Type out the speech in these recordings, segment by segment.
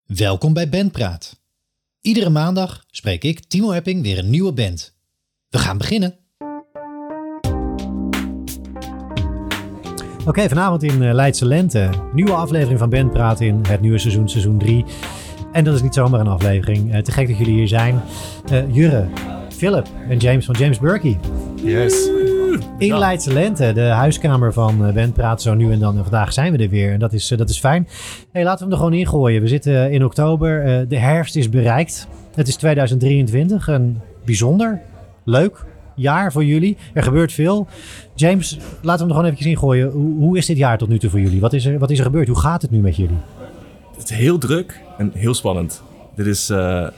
Welkom bij Bandpraat. Iedere maandag spreek ik, Timo Epping, weer een nieuwe band. We gaan beginnen. Oké, vanavond in Leidse Lente. Nieuwe aflevering van Bandpraat in het nieuwe seizoen, seizoen 3. En dat is niet zomaar een aflevering. Te gek dat jullie hier zijn. Jurre, Philip en James van James Burkey. Yes. In Leidse Lente, de huiskamer van Bandpraat, zo nu en dan. En vandaag zijn we er weer en dat is fijn. Hey, laten we hem er gewoon ingooien. We zitten in oktober. De herfst is bereikt. Het is 2023. Een bijzonder, leuk jaar voor jullie. Er gebeurt veel. James, laten we hem er gewoon even ingooien. Hoe is dit jaar tot nu toe voor jullie? Wat is er gebeurd? Hoe gaat het nu met jullie? Het is heel druk en heel spannend. Dit is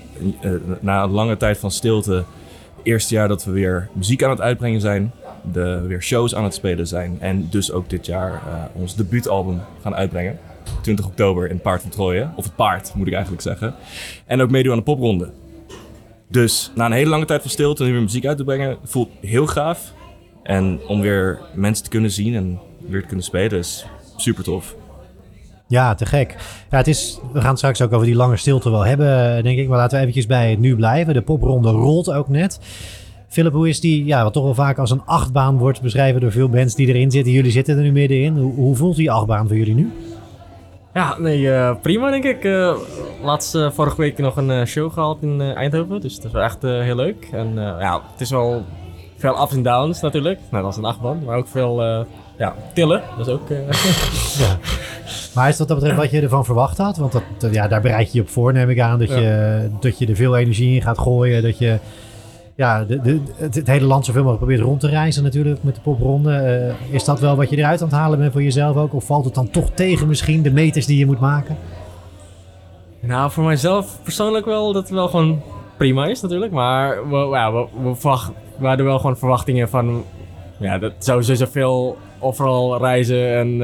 na een lange tijd van stilte het eerste jaar dat we weer muziek aan het uitbrengen zijn. Weer shows aan het spelen zijn. En dus ook dit jaar ons debuutalbum gaan uitbrengen. 20 oktober in Paard van Troje. Of het Paard, moet ik eigenlijk zeggen. En ook meedoen aan de popronde. Dus na een hele lange tijd van stilte nu weer muziek uit te brengen, voelt heel gaaf. En om weer mensen te kunnen zien en weer te kunnen spelen is super tof. Ja, te gek. Ja, we gaan het straks ook over die lange stilte wel hebben, denk ik. Maar laten we eventjes bij het nu blijven. De popronde rolt ook net. Philip, hoe is die, wat toch wel vaak als een achtbaan wordt beschreven door veel bands die erin zitten. Jullie zitten er nu middenin. Hoe voelt die achtbaan voor jullie nu? Ja, prima denk ik. Vorige week nog een show gehad in Eindhoven. Dus dat is wel echt heel leuk. En het is wel veel ups en downs natuurlijk. Net als een achtbaan. Maar ook veel tillen. Dat is ook... Ja. Maar is dat betreft wat je ervan verwacht had? Want daar bereid je op voor, neem ik aan. Dat je er veel energie in gaat gooien. Dat je het hele land zoveel mogelijk probeert rond te reizen natuurlijk met de popronde. Is dat wel wat je eruit aan het halen bent voor jezelf ook? Of valt het dan toch tegen misschien, de meters die je moet maken? Nou, voor mijzelf persoonlijk wel dat het wel gewoon prima is natuurlijk. Maar we hadden wel gewoon verwachtingen van... Ja, dat zou zoveel overal reizen en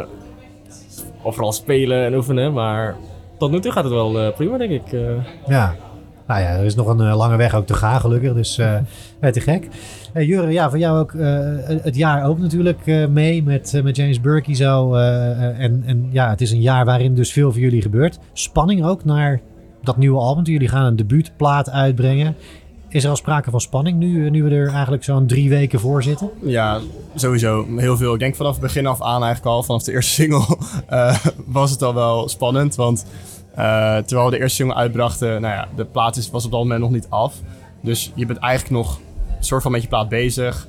overal spelen en oefenen. Maar tot nu toe gaat het wel prima, denk ik. Ja. Nou ja, er is nog een lange weg ook te gaan, gelukkig. Dus te gek. Jurre, voor jou ook het jaar ook natuurlijk mee met James Burkey zo. Het is een jaar waarin dus veel voor jullie gebeurt. Spanning ook naar dat nieuwe album. Jullie gaan een debuutplaat uitbrengen. Is er al sprake van spanning nu we er eigenlijk zo'n 3 weken voor zitten? Ja, sowieso. Heel veel. Ik denk vanaf het begin af aan eigenlijk al. Vanaf de eerste single was het al wel spannend. Want... terwijl we de eerste single uitbrachten, de plaat was op dat moment nog niet af. Dus je bent eigenlijk nog een soort van met je plaat bezig.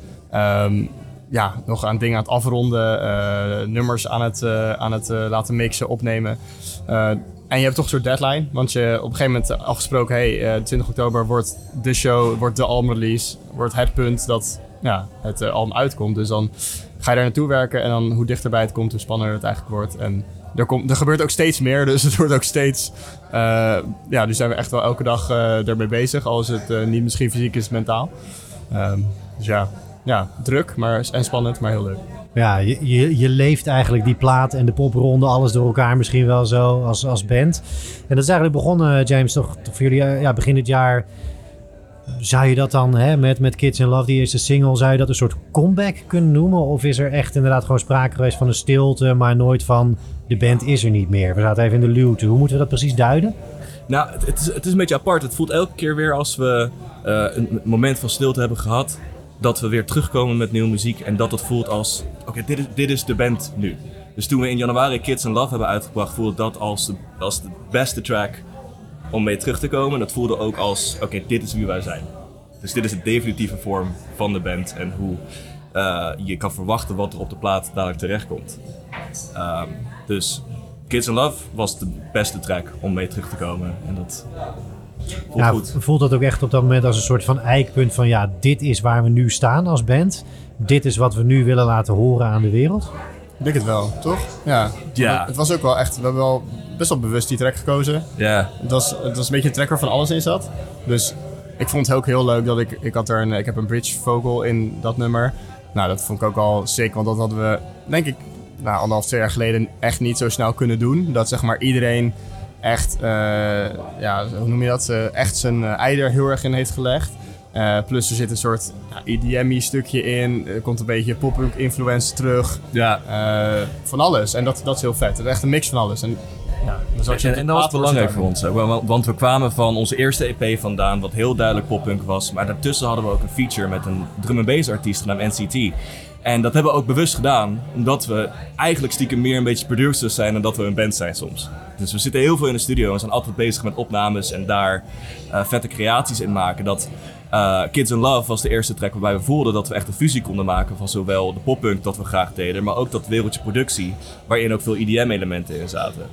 Nog aan dingen aan het afronden, nummers aan het laten mixen, opnemen. En je hebt toch een soort deadline, want je op een gegeven moment afgesproken... 20 oktober wordt de show, wordt de albumrelease, wordt het punt dat het album uitkomt. Dus dan ga je daar naartoe werken en dan hoe dichterbij het komt, hoe spannender het eigenlijk wordt. En er gebeurt ook steeds meer, dus het wordt ook steeds... nu zijn we echt wel elke dag ermee bezig. Al is het niet misschien fysiek, is het mentaal. Druk en spannend, maar heel leuk. Ja, je leeft eigenlijk die plaat en de popronde, alles door elkaar misschien wel zo als band. En dat is eigenlijk begonnen, James, toch voor jullie begin dit jaar... Zou je dat dan met Kids in Love, die eerste single, zou je dat een soort comeback kunnen noemen? Of is er echt inderdaad gewoon sprake geweest van een stilte, maar nooit van de band is er niet meer? We zaten even in de luwte. Hoe moeten we dat precies duiden? Nou, het is een beetje apart. Het voelt elke keer weer als we een moment van stilte hebben gehad, dat we weer terugkomen met nieuwe muziek en dat het voelt als, oké, dit is de band nu. Dus toen we in januari Kids in Love hebben uitgebracht, voelde dat als de beste track om mee terug te komen. Dat voelde ook als, oké, dit is wie wij zijn. Dus dit is de definitieve vorm van de band en hoe je kan verwachten wat er op de plaat dadelijk terechtkomt. Dus Kids in Love was de beste track om mee terug te komen en dat voelt goed. Voelt dat ook echt op dat moment als een soort van eikpunt van dit is waar we nu staan als band. Dit is wat we nu willen laten horen aan de wereld? Ik denk het wel, toch? Ja. Het was ook wel echt, we hebben wel best wel bewust die track gekozen. Ja. Het was een beetje een track waar van alles in zat. Dus ik vond het ook heel leuk dat ik heb een bridge vocal in dat nummer. Nou, dat vond ik ook al sick, want dat hadden we, denk ik, 1,5-2 jaar geleden echt niet zo snel kunnen doen. Dat zeg maar iedereen echt, hoe noem je dat, echt zijn ei er heel erg in heeft gelegd. Plus er zit een soort EDM-y stukje in. Er komt een beetje pop-punk influence terug. Ja. Van alles. En dat is heel vet. Het is echt een mix van alles. En dan zat je op de En dat was plaat belangrijk voor zitten. ons. Want we kwamen van onze eerste EP vandaan, wat heel duidelijk poppunk was. Maar daartussen hadden we ook een feature met een drum and bass artiest genaamd NCT. En dat hebben we ook bewust gedaan, omdat we eigenlijk stiekem meer een beetje producers zijn dan dat we een band zijn soms. Dus we zitten heel veel in de studio en zijn altijd bezig met opnames en daar vette creaties in maken. Dat Kids in Love was de eerste track waarbij we voelden dat we echt een fusie konden maken van zowel de poppunk dat we graag deden, maar ook dat wereldje productie, waarin ook veel EDM-elementen in zaten.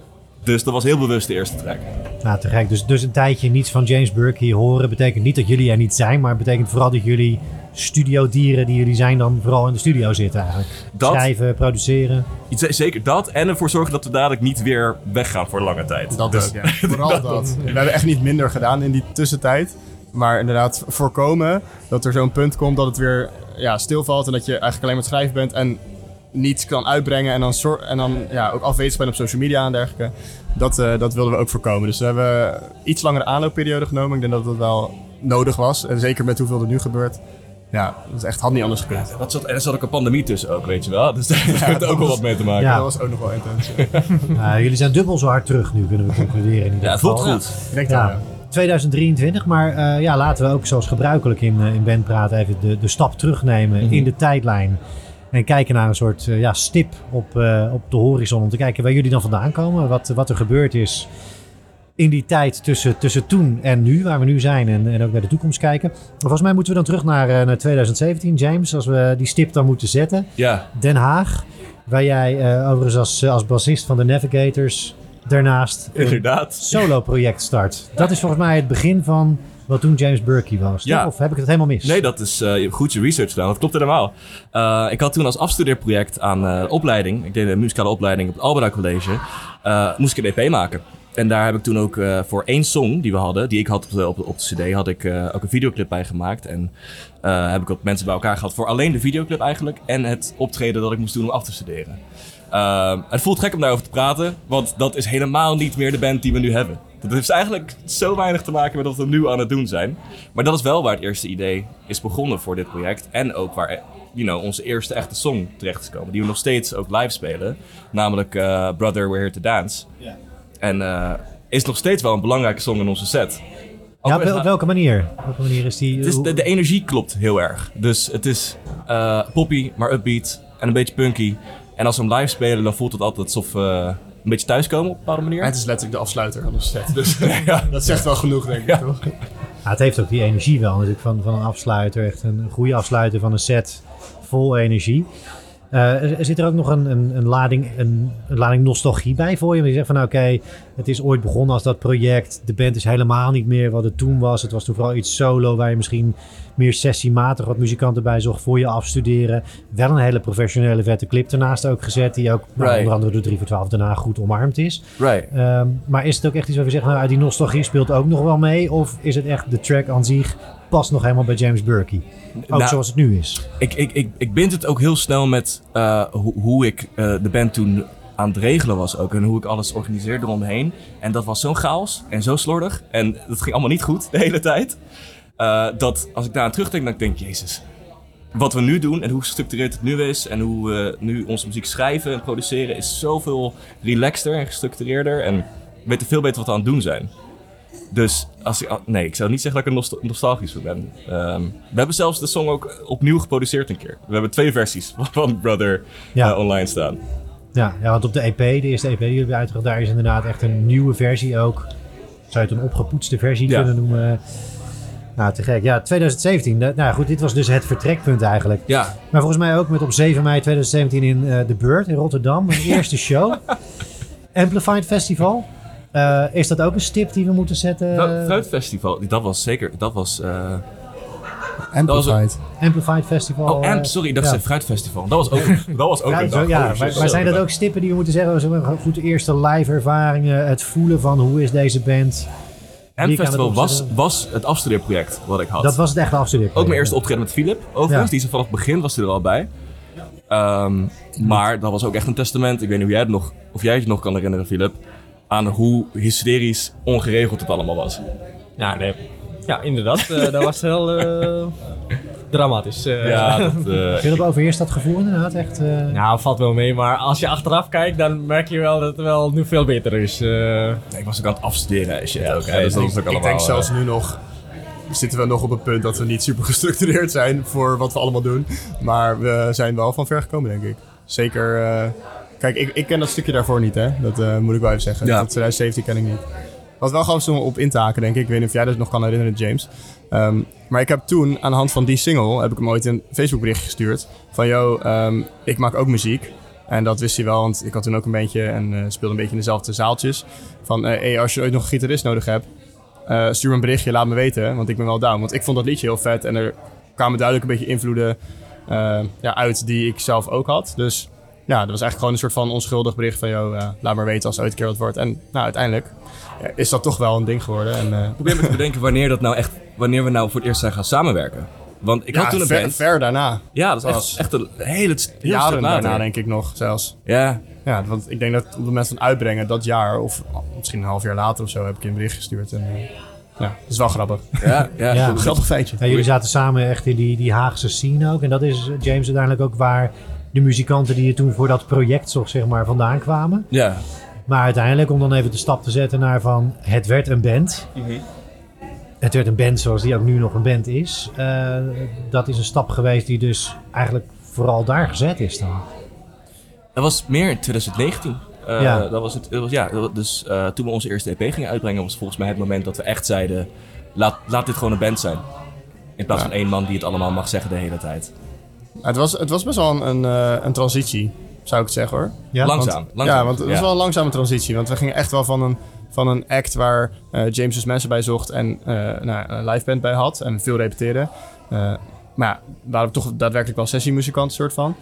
Dus dat was heel bewust de eerste track. Nou, te gek. Dus een tijdje niets van James Burkey horen betekent niet dat jullie er niet zijn, maar het betekent vooral dat jullie studiodieren die jullie zijn dan vooral in de studio zitten eigenlijk. Dat- Schrijven, produceren. Zeker dat en ervoor zorgen dat we dadelijk niet weer weggaan voor lange tijd. Dat Dus- ook, ja. Vooral dat. We hebben echt niet minder gedaan in die tussentijd. Maar inderdaad voorkomen dat er zo'n punt komt dat het weer stilvalt. En dat je eigenlijk alleen maar het schrijven bent en niets kan uitbrengen. En dan ook afwezig bent op social media en dergelijke. Dat wilden we ook voorkomen. Dus we hebben iets langere aanloopperiode genomen. Ik denk dat dat wel nodig was. En zeker met hoeveel er nu gebeurt. Ja, had niet anders gekund. En er zat ook een pandemie tussen ook, weet je wel. Dus daar heeft ook wel wat mee te maken. Ja. Dat was ook nog wel intens. Jullie zijn dubbel zo hard terug nu, kunnen we concluderen. In ieder Ja, het geval. voelt goed. Ik denk dat Ja, 2023, maar laten we ook zoals gebruikelijk in Bandpraat even de stap terugnemen in de tijdlijn. En kijken naar een soort stip op de horizon om te kijken waar jullie dan vandaan komen. Wat er gebeurd is in die tijd tussen toen en nu, waar we nu zijn en ook naar de toekomst kijken. Maar volgens mij moeten we dan terug naar 2017, James, als we die stip dan moeten zetten. Ja, Den Haag, waar jij overigens als bassist van de Navigators daarnaast een inderdaad. solo-project start. Dat is volgens mij het begin van wat toen James Burkey was. Ja. Toch? Of heb ik het helemaal mis? Nee, dat is je hebt goed je research gedaan. Dat klopt helemaal. Ik had toen als afstudeerproject aan opleiding, ik deed een muzikale opleiding op het Alberda College, moest ik een EP maken. En daar heb ik toen ook voor één song die we hadden, die ik had op de cd, had ik ook een videoclip bij gemaakt. En heb ik ook mensen bij elkaar gehad voor alleen de videoclip eigenlijk en het optreden dat ik moest doen om af te studeren. Het voelt gek om daarover te praten, want dat is helemaal niet meer de band die we nu hebben. Dat heeft eigenlijk zo weinig te maken met wat we nu aan het doen zijn. Maar dat is wel waar het eerste idee is begonnen voor dit project. En ook waar onze eerste echte song terecht is gekomen. Die we nog steeds ook live spelen. Namelijk Brother, We're Here to Dance. Ja. En is nog steeds wel een belangrijke song in onze set. Ja, op welke manier? Op welke manier is die? Het is de energie klopt heel erg. Dus het is poppy, maar upbeat en een beetje punky. En als we hem live spelen, dan voelt het altijd alsof we een beetje thuiskomen op een bepaalde manier. het is letterlijk de afsluiter van de set. Dus dat zegt wel genoeg, denk ik, toch? Ja, het heeft ook die energie wel natuurlijk van een afsluiter. Echt een goede afsluiter van een set vol energie. Er zit er ook nog een lading nostalgie bij voor je. Je zegt van oké, het is ooit begonnen als dat project. De band is helemaal niet meer wat het toen was. Het was toen vooral iets solo waar je misschien meer sessiematig wat muzikanten bij zocht voor je afstuderen. Wel een hele professionele vette clip ernaast ook gezet. Die ook onder andere door 3 voor 12 daarna goed omarmd is. Right. Maar is het ook echt iets waar we zeggen, die nostalgie speelt ook nog wel mee? Of is het echt de track aan zich past nog helemaal bij James Burkey? Ook zoals het nu is. Ik bind het ook heel snel met hoe ik de band toen aan het regelen was ook. En hoe ik alles organiseerde eromheen. En dat was zo'n chaos en zo slordig. En dat ging allemaal niet goed de hele tijd. Dat als ik daar aan terugdenk, dan denk ik, jezus. Wat we nu doen en hoe gestructureerd het nu is. En hoe we nu onze muziek schrijven en produceren is zoveel relaxter en gestructureerder. En we weten veel beter wat we aan het doen zijn. Dus ik zou niet zeggen dat ik er nostalgisch voor ben. We hebben zelfs de song ook opnieuw geproduceerd een keer. We hebben 2 versies van Brother online staan. Ja, want op de EP, de eerste EP die jullie hebben uitgebracht, daar is inderdaad echt een nieuwe versie ook. Zou je het een opgepoetste versie kunnen noemen? Nou, te gek. Ja, 2017. Nou goed, dit was dus het vertrekpunt eigenlijk. Ja. Maar volgens mij ook met op 7 mei 2017 in The Bird in Rotterdam. Een eerste show. Amplified Festival. Is dat ook een stip die we moeten zetten? Fruitfestival, dat was zeker. Dat was. Amplified. Amplified Festival. Sorry, ik dacht het Fruitfestival. Dat was ook een dag. Maar zijn dat ook stippen die we moeten zeggen? Zo goed, de eerste live ervaringen, het voelen van hoe is deze band? Amfestival was het afstudeerproject wat ik had. Dat was het echte afstudeerproject. Ook mijn eerste optreden met Philip, overigens. Die vanaf het begin was er al bij. Maar dat was ook echt een testament. Ik weet niet of jij het nog kan herinneren, Philip. Aan hoe hysterisch ongeregeld het allemaal was. Ja, nee. Ja, inderdaad. Dat was heel... dramatisch. Ja, dat... Philip, overheerst dat gevoel inderdaad echt? Nou, valt wel mee, maar als je achteraf kijkt, dan merk je wel dat het wel nu veel beter is. ik was ook aan het afstuderen en shit ook. Ja, Hè, dus dat is ook ik allemaal... denk zelfs nu nog zitten we nog op een punt dat we niet super gestructureerd zijn voor wat we allemaal doen. Maar we zijn wel van ver gekomen, denk ik. Zeker, kijk, ik ken dat stukje daarvoor niet, hè. Dat moet ik wel even zeggen. Ja. Dat 2017 ken ik niet. Wat wel gewoon om op in te haken, denk ik. Ik weet niet of jij dat nog kan herinneren, James. Maar ik heb toen, aan de hand van die single, heb ik hem ooit een Facebook berichtje gestuurd. Van, ik maak ook muziek. En dat wist hij wel, want ik had toen ook een bandje en speelde een beetje in dezelfde zaaltjes. Van, als je ooit nog een gitarist nodig hebt, stuur me een berichtje, laat me weten, want ik ben wel down. Want ik vond dat liedje heel vet en er kwamen duidelijk een beetje invloeden uit die ik zelf ook had. Dus ja, dat was eigenlijk gewoon een soort van onschuldig bericht van, laat maar weten als er ooit een keer wat wordt. En nou, uiteindelijk is dat toch wel een ding geworden. En, Ik probeer me te bedenken wanneer we nou voor het eerst zijn gaan samenwerken. Want ik had toen een band. ver daarna. Ja, dat is was echt een heel stuk Jaren later. daarna denk ik nog zelfs. Ja, Ja, want ik denk dat op het moment van uitbrengen dat jaar, of misschien een half jaar later of zo, heb ik een bericht gestuurd. En ja, dat is wel grappig. ja. Ja. Grappig feitje. Ja, jullie zaten samen echt in die Haagse scene ook. En dat is, James, uiteindelijk ook waar de muzikanten die je toen voor dat project zocht, zeg maar, vandaan kwamen. Ja. Maar uiteindelijk, om dan even de stap te zetten naar van, het werd een band. Het werd een band zoals die ook nu nog een band is. Dat is een stap geweest die dus eigenlijk vooral daar gezet is dan. Dat was meer in 2019. Ja. Dat was het. Dus toen we onze eerste EP gingen uitbrengen, was volgens mij het moment dat we echt zeiden: laat dit gewoon een band zijn. In plaats van één man die het allemaal mag zeggen de hele tijd. Het was best wel een transitie, zou ik het zeggen hoor. Ja? Langzaam. Ja, want het was wel een langzame transitie. Want we gingen echt wel van een act waar James dus mensen bij zocht en een live band bij had en veel repeteren. Maar ja, waren we toch daadwerkelijk wel sessiemuzikanten soort van.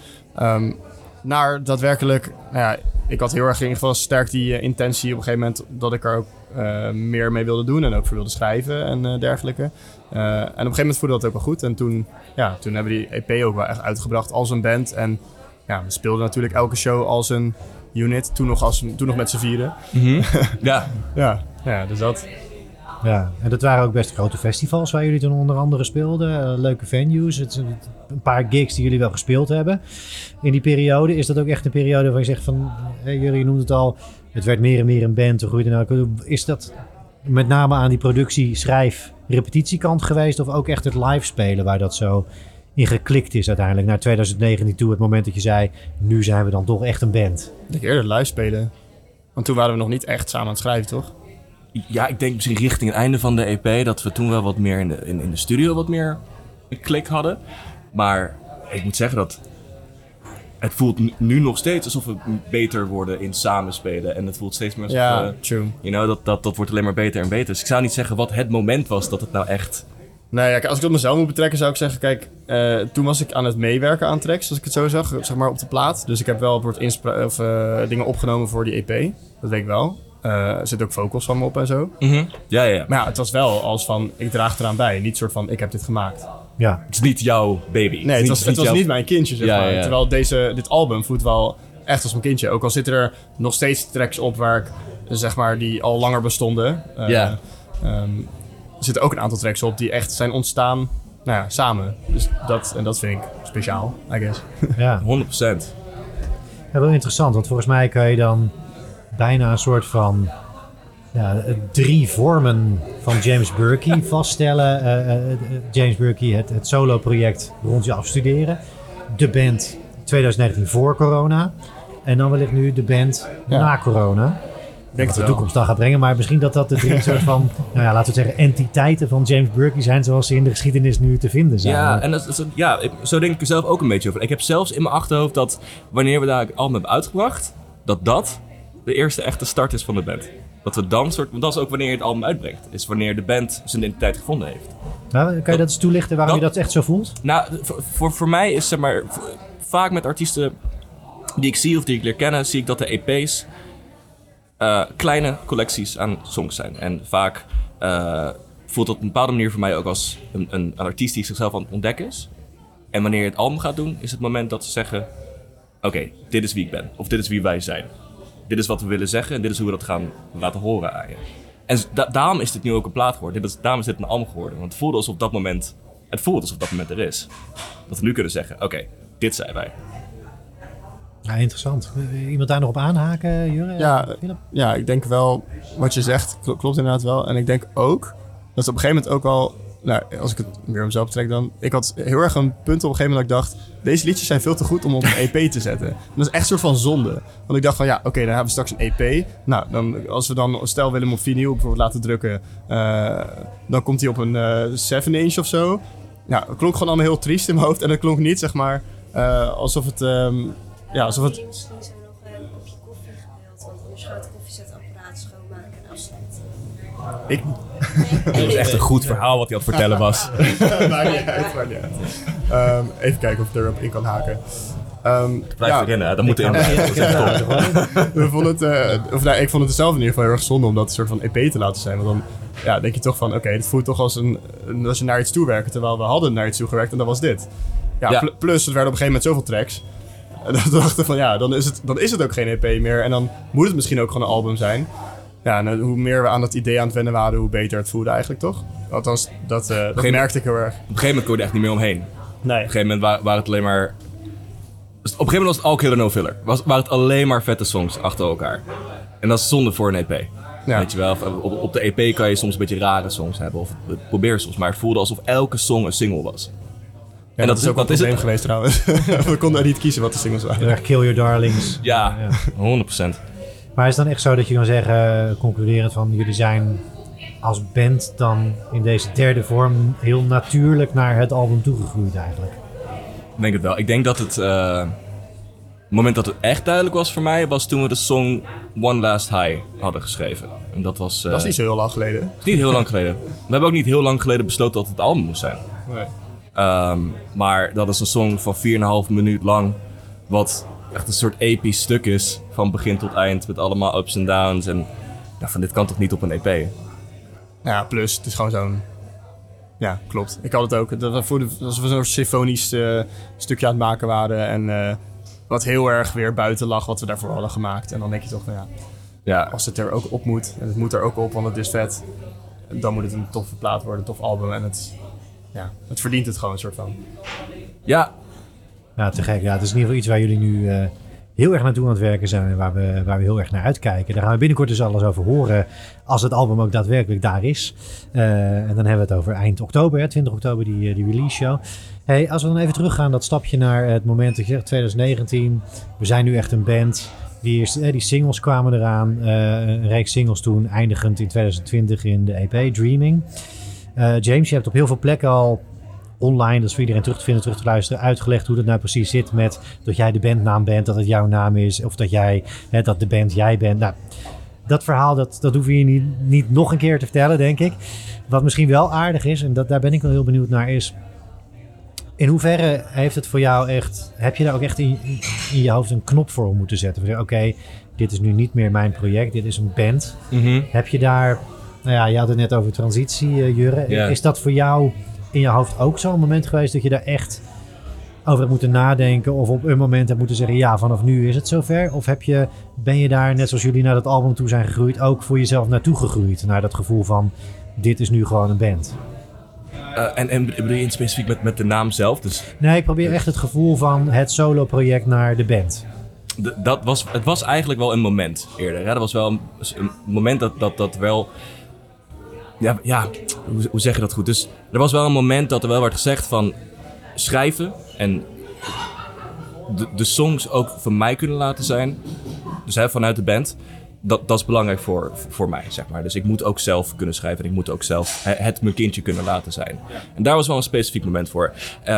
Naar daadwerkelijk, ik had heel erg in ieder geval sterk die intentie op een gegeven moment dat ik er ook meer mee wilde doen en ook voor wilde schrijven en dergelijke. En op een gegeven moment voelde dat ook wel goed. En toen hebben we die EP ook wel echt uitgebracht als een band. En ja, we speelden natuurlijk elke show als een unit, toen nog met z'n vieren. Ja. Ja, dus dat. Ja, en dat waren ook best grote festivals waar jullie toen onder andere speelden. Leuke venues, een paar gigs die jullie wel gespeeld hebben. In die periode, is dat ook echt een periode waar je zegt van, jullie noemden het al, het werd meer en meer een band. Is dat met name aan die productie, schrijf, repetitiekant geweest of ook echt het live spelen waar dat zo in geklikt is uiteindelijk naar 2019 toe, het moment dat je zei, nu zijn we dan toch echt een band? Ik denk eerder live spelen. Want toen waren we nog niet echt samen aan het schrijven, toch? Ja, ik denk misschien richting het einde van de EP dat we toen wel wat meer in de studio wat meer een klik hadden. Maar ik moet zeggen dat het voelt nu nog steeds alsof we beter worden in samenspelen. En het voelt steeds meer alsof true. Dat wordt alleen maar beter en beter. Dus ik zou niet zeggen wat het moment was dat het nou echt... Nee, als ik het op mezelf moet betrekken zou ik zeggen, kijk, toen was ik aan het meewerken aan tracks, als ik het zo zag, zeg maar op de plaat. Dus ik heb wel dingen opgenomen voor die EP, dat weet ik wel. Er zitten ook vocals van me op en zo. Ja. Maar ja, het was wel als van, ik draag eraan bij. Niet soort van, ik heb dit gemaakt. Ja. Het is niet jouw baby. Nee, het was niet mijn kindje, zeg maar. Ja. Terwijl dit album voelt wel echt als mijn kindje. Ook al zitten er nog steeds tracks op waar ik, zeg maar, die al langer bestonden. Er zitten ook een aantal tracks op die echt zijn ontstaan samen. Dus dat vind ik speciaal, I guess. Ja. 100%. Ja, wel interessant, want volgens mij kan je dan bijna een soort van 3 vormen van James Burkey vaststellen. James Burkey, het solo-project rond je afstuderen. De band 2019 voor corona. En dan wellicht nu de band na corona. Wat de toekomst dan gaat brengen. Maar misschien dat de 3 soort van, laten we zeggen, entiteiten van James Burkey zijn zoals ze in de geschiedenis nu te vinden zijn. Ja, en zo denk ik er zelf ook een beetje over. Ik heb zelfs in mijn achterhoofd dat wanneer we daar het album hebben uitgebracht, dat de eerste echte start is van de band. Dat we dan want dat is ook wanneer je het album uitbrengt. Is wanneer de band zijn identiteit gevonden heeft. Nou, kan je dat eens toelichten waarom je dat echt zo voelt? Nou, voor mij is zeg maar vaak met artiesten die ik zie of die ik leer kennen, zie ik dat de EP's kleine collecties aan songs zijn. En vaak voelt dat op een bepaalde manier voor mij ook als een artiest die zichzelf aan het ontdekken is. En wanneer je het album gaat doen, is het moment dat ze zeggen, oké, dit is wie ik ben. Of dit is wie wij zijn. Dit is wat we willen zeggen en dit is hoe we dat gaan laten horen aan je. En daarom is dit nu ook een plaat geworden. Daarom is dit een album geworden. Want het voelde alsof op dat moment Het voelt alsof dat moment er is. Dat we nu kunnen zeggen, oké, dit zijn wij. Ja, interessant. Iemand daar nog op aanhaken, Jurre? Philip? Ja, ik denk wel, wat je zegt, klopt inderdaad wel. En ik denk ook, dat op een gegeven moment ook al, nou, als ik het weer op mezelf betrek dan, ik had heel erg een punt op een gegeven moment dat ik dacht, deze liedjes zijn veel te goed om op een EP te zetten. En dat is echt een soort van zonde. Want ik dacht van, ja, oké, dan hebben we straks een EP. Nou, dan, als we dan, stel willen hem op vinyl bijvoorbeeld laten drukken, dan komt hij op een 7-inch of zo. Ja, het klonk gewoon allemaal heel triest in mijn hoofd. En het klonk niet, zeg maar, alsof het... alsof het... Misschien zijn we nog een kopje koffie gebeld, want anders gaat het koffiezetapparaat schoonmaken en afsluiten. Ik... Dat is echt een goed verhaal wat hij aan het vertellen was. maakt niet uit. Even kijken of ik erop in kan haken. Blijf erin, hè? Dat moet erin. We vonden het, ik vond het zelf in ieder geval heel erg zonde om dat een soort van EP te laten zijn. Want dan denk je toch van, oké, dit voelt toch als als je naar iets toe werkt, terwijl we hadden naar iets toe gewerkt en dat was dit. Ja. Plus, er werden op een gegeven moment zoveel tracks. En dan dachten we van, ja, dan is het ook geen EP meer. En dan moet het misschien ook gewoon een album zijn. Ja, en hoe meer we aan dat idee aan het wennen waren, hoe beter het voelde eigenlijk, toch? Althans, dat merkte ik heel erg. Op een gegeven moment kon je er echt niet meer omheen. Nee. Op een gegeven moment waren het alleen maar... Op een gegeven moment was het all killer no filler. Waren het alleen maar vette songs achter elkaar. En dat is zonde voor een EP. Ja. Weet je wel, op de EP kan je soms een beetje rare songs hebben. Of probeer soms. Maar het voelde alsof elke song een single was. En dat is ook wel een probleem geweest trouwens. We konden er niet kiezen wat de singles waren. Heel erg Kill Your Darlings. Ja, 100%. Maar is het dan echt zo dat je kan zeggen, concluderend van jullie zijn als band dan in deze derde vorm heel natuurlijk naar het album toegegroeid eigenlijk? Ik denk het wel. Ik denk dat het moment dat het echt duidelijk was voor mij, was toen we de song One Last High hadden geschreven. En dat was... dat is niet zo heel lang geleden. Niet heel lang geleden. We hebben ook niet heel lang geleden besloten dat het het album moest zijn. Nee. Maar dat is een song van 4,5 minuut lang, wat echt een soort episch stuk is, van begin tot eind, met allemaal ups en downs. En ja, van dit kan toch niet op een EP? Ja, plus, het is gewoon zo'n... Ja, klopt. Ik had het ook. Dat voelde alsof we zo'n symfonisch stukje aan het maken waren. En wat heel erg weer buiten lag wat we daarvoor hadden gemaakt. En dan denk je toch van Ja, als het er ook op moet, en het moet er ook op, want het is vet, dan moet het een toffe plaat worden, een tof album. En het verdient het gewoon, een soort van. ja, Ja, te gek. Ja, het is in ieder geval iets waar jullie nu heel erg naartoe aan het werken zijn en waar we heel erg naar uitkijken. Daar gaan we binnenkort dus alles over horen als het album ook daadwerkelijk daar is. En dan hebben we het over eind oktober, 20 oktober, die release show. Hey, als we dan even teruggaan, dat stapje naar het moment dat je zegt 2019, we zijn nu echt een band. Die singles kwamen eraan, een reeks singles toen, eindigend in 2020 in de EP Dreaming. James, je hebt op heel veel plekken al online, dat is voor iedereen terug te vinden, terug te luisteren, uitgelegd hoe dat nou precies zit met dat jij de bandnaam bent, dat het jouw naam is, of dat jij, dat de band jij bent. Nou, dat verhaal, dat hoef je niet nog een keer te vertellen, denk ik. Wat misschien wel aardig is, en daar ben ik wel heel benieuwd naar, is in hoeverre heeft het voor jou echt, heb je daar ook echt in je hoofd een knop voor om moeten zetten? Oké, dit is nu niet meer mijn project, dit is een band. mm-hmm. Heb je daar, nou ja, je had het net over transitie, Jurre. Yeah. Is dat voor jou in je hoofd ook zo'n moment geweest dat je daar echt over hebt moeten nadenken of op een moment hebt moeten zeggen, ja, vanaf nu is het zover? Of ben je daar, net zoals jullie naar dat album toe zijn gegroeid, ook voor jezelf naartoe gegroeid? Naar dat gevoel van, dit is nu gewoon een band. En bedoel je in specifiek met de naam zelf? Dus Nee, ik probeer echt het gevoel van het solo-project naar de band. het was eigenlijk wel een moment eerder. Hè? Dat was wel een moment dat wel... Ja, hoe zeg je dat goed? Dus er was wel een moment dat er wel werd gezegd van schrijven en de songs ook van mij kunnen laten zijn. Dus vanuit de band. Dat is belangrijk voor mij, zeg maar. Dus ik moet ook zelf kunnen schrijven en ik moet ook zelf het mijn kindje kunnen laten zijn. En daar was wel een specifiek moment voor.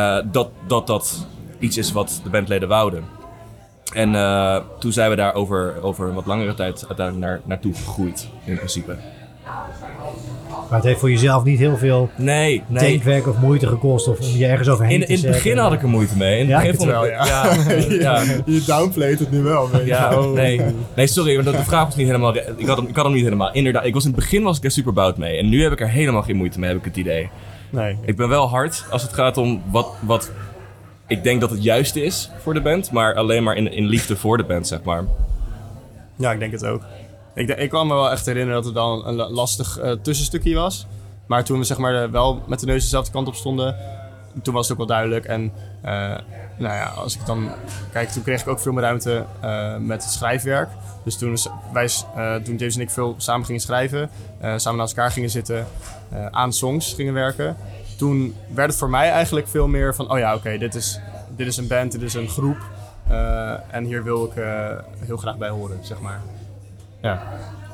Dat iets is wat de bandleden wouden. En toen zijn we daar over een wat langere tijd uiteindelijk naartoe gegroeid, in principe. Maar het heeft voor jezelf niet heel veel Nee. denkwerk of moeite gekost of om je ergens overheen te In het zetten. begin had ik er moeite mee. In het Ja? begin vond Wel, ik ja. ja. Je downplayt het nu wel. Weet je. Ja, nee, sorry, want de vraag was niet helemaal... Ik had hem niet helemaal. Inderdaad, in het begin was ik er super bout mee. En nu heb ik er helemaal geen moeite mee, heb ik het idee. Nee. Ik ben wel hard als het gaat om wat ik denk dat het juiste is voor de band. Maar alleen maar in liefde voor de band, zeg maar. Ja, ik denk het ook. Ik kan me wel echt herinneren dat het dan een lastig tussenstukje was. Maar toen we zeg maar wel met de neus dezelfde kant op stonden, toen was het ook wel duidelijk. En als ik dan kijk, toen kreeg ik ook veel meer ruimte met het schrijfwerk. Dus toen James en ik veel samen gingen schrijven, samen naast elkaar gingen zitten, aan songs gingen werken. Toen werd het voor mij eigenlijk veel meer van, dit is een band, dit is een groep. En hier wil ik heel graag bij horen, zeg maar. Ja.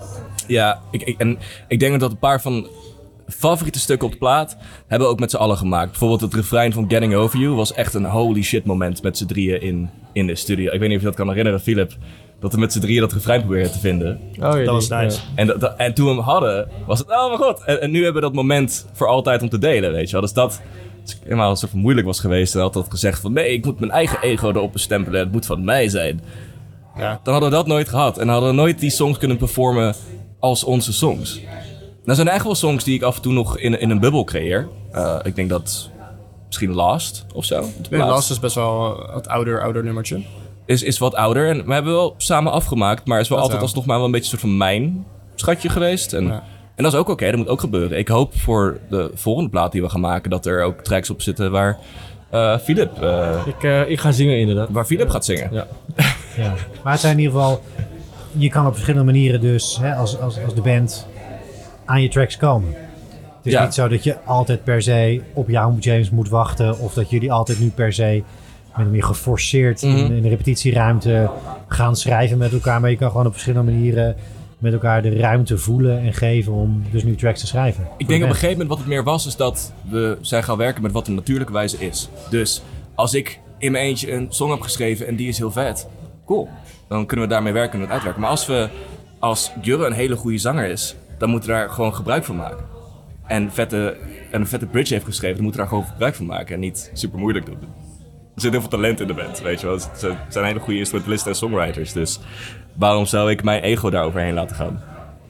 Ja, ik denk dat een paar van favoriete stukken op de plaat hebben we ook met z'n allen gemaakt. Bijvoorbeeld het refrein van Getting Over You was echt een holy shit moment met z'n drieën in de studio. Ik weet niet of je dat kan herinneren, Philip. Dat we met z'n drieën dat refrein proberen te vinden. Dat was nice. Ja. En toen we hem hadden, was het, oh mijn god. En nu hebben we dat moment voor altijd om te delen, weet je wel. Dus dat het helemaal een soort van moeilijk was geweest. En had dat gezegd van, nee, ik moet mijn eigen ego erop bestempelen. Het moet van mij zijn. Ja. Dan hadden we dat nooit gehad. En hadden we nooit die songs kunnen performen als onze songs. Nou zijn er echt wel songs die ik af en toe nog in een bubbel creëer. Ik denk dat misschien Last of zo. Nee, Last is best wel het ouder nummertje. Is wat ouder. En we hebben wel samen afgemaakt. Maar is wel altijd alsnog maar wel een beetje een soort van mijn schatje geweest. En dat is ook oké. Dat moet ook gebeuren. Ik hoop voor de volgende plaat die we gaan maken dat er ook tracks op zitten waar Philip... Ik ga zingen inderdaad. Waar Philip gaat zingen. Ja. Ja. Maar het zijn in ieder geval, je kan op verschillende manieren dus, als de band, aan je tracks komen. Het is niet zo dat je altijd per se op jou, James, moet wachten. Of dat jullie altijd nu per se met meer geforceerd in de repetitieruimte gaan schrijven met elkaar. Maar je kan gewoon op verschillende manieren met elkaar de ruimte voelen en geven om dus nu tracks te schrijven. Ik denk op een gegeven moment wat het meer was, is dat we zijn gaan werken met wat de natuurlijke wijze is. Dus als ik in mijn eentje een song heb geschreven en die is heel vet, cool. Dan kunnen we daarmee werken en het uitwerken. Maar als Jurre een hele goede zanger is, dan moeten we daar gewoon gebruik van maken. En een vette bridge heeft geschreven, dan moeten we daar gewoon gebruik van maken. En niet super moeilijk doen. Er zit heel veel talent in de band, weet je wel. Ze zijn hele goede instrumentalisten en songwriters. Dus waarom zou ik mijn ego daar overheen laten gaan?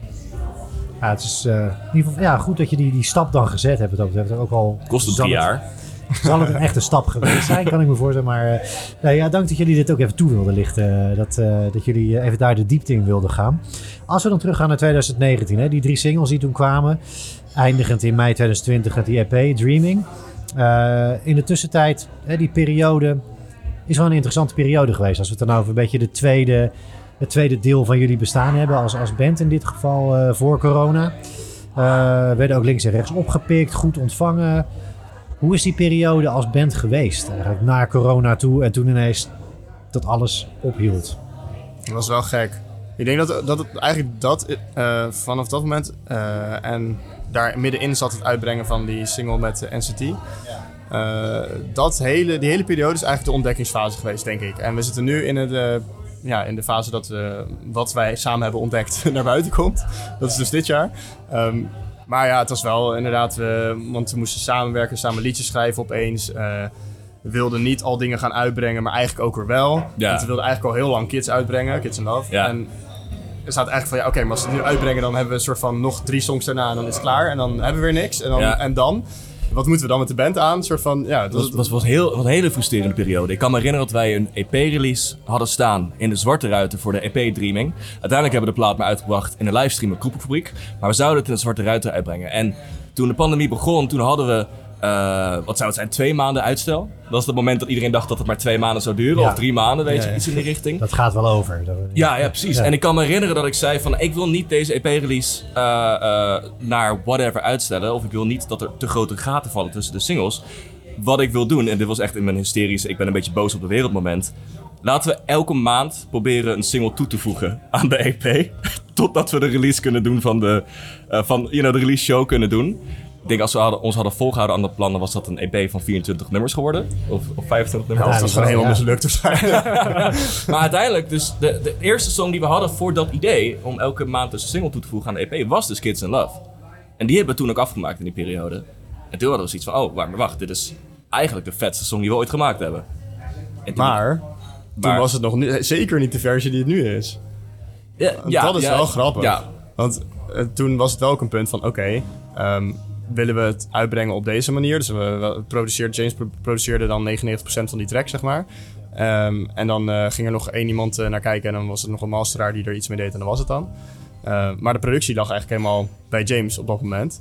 Ja, het is in ieder geval goed dat je die stap dan gezet hebt. Dat betreft ook al. Kost het 3 jaar. Zal het een echte stap geweest zijn, kan ik me voorstellen. Maar dank dat jullie dit ook even toe wilden lichten. Dat jullie even daar de diepte in wilden gaan. Als we dan teruggaan naar 2019, die 3 singles die toen kwamen. Eindigend in mei 2020 met die EP, Dreaming. In de tussentijd, die periode is wel een interessante periode geweest. Als we het dan over een beetje het tweede deel van jullie bestaan hebben. Als band in dit geval voor corona. Werden ook links en rechts opgepikt, goed ontvangen. Hoe is die periode als band geweest? Eigenlijk naar corona toe en toen ineens dat alles ophield. Dat was wel gek. Ik denk dat het eigenlijk vanaf dat moment en daar middenin zat het uitbrengen van die single met NCT. Die hele periode is eigenlijk de ontdekkingsfase geweest, denk ik. En we zitten nu in de fase dat wat wij samen hebben ontdekt naar buiten komt. Dat is dus dit jaar. Maar ja, het was wel inderdaad, want we moesten samenwerken, samen liedjes schrijven opeens. We wilden niet al dingen gaan uitbrengen, maar eigenlijk ook weer wel. Ja. Want we wilden eigenlijk al heel lang Kids uitbrengen, Kids in Love. Ja. En er staat eigenlijk van, maar als we het nu uitbrengen, dan hebben we een soort van nog 3 songs daarna en dan is het klaar. En dan hebben we weer niks. En dan? Wat moeten we dan met de band aan? Een soort van, Dat was een hele frustrerende periode. Ik kan me herinneren dat wij een EP-release hadden staan in de zwarte ruiten voor de EP Dreaming. Uiteindelijk hebben we de plaat maar uitgebracht in een livestream op Kroepenfabriek. Maar we zouden het in de zwarte ruiten uitbrengen. En toen de pandemie begon, toen hadden we, 2 maanden uitstel. Dat is het moment dat iedereen dacht dat het maar 2 maanden zou duren. Of 3 maanden, weet je, iets in die richting. Dat gaat wel over. Ja, precies. Ja. En ik kan me herinneren dat ik zei van, ik wil niet deze EP-release naar whatever uitstellen. Of ik wil niet dat er te grote gaten vallen tussen de singles. Wat ik wil doen, en dit was echt in mijn hysterische, ik ben een beetje boos op de wereld moment. Laten we elke maand proberen een single toe te voegen aan de EP. Totdat we de release kunnen doen de release show kunnen doen. Ik denk als we ons hadden volgehouden aan dat plan, dan was dat een EP van 24 nummers geworden. Of 25 nummers. dat was gewoon helemaal mislukt waarschijnlijk. Maar uiteindelijk, dus de eerste song die we hadden voor dat idee, om elke maand dus een single toe te voegen aan de EP, was dus Kids in Love. En die hebben we toen ook afgemaakt in die periode. En toen hadden we zoiets van, maar wacht, dit is eigenlijk de vetste song die we ooit gemaakt hebben. En toen was het nog zeker niet de versie die het nu is. Dat is wel grappig. Ja. Want toen was het wel ook een punt van, willen we het uitbrengen op deze manier? Dus James produceerde dan 99% van die track, zeg maar. En dan ging er nog 1 iemand naar kijken en dan was het nog een masteraar die er iets mee deed en dat was het dan. Maar de productie lag eigenlijk helemaal bij James op dat moment.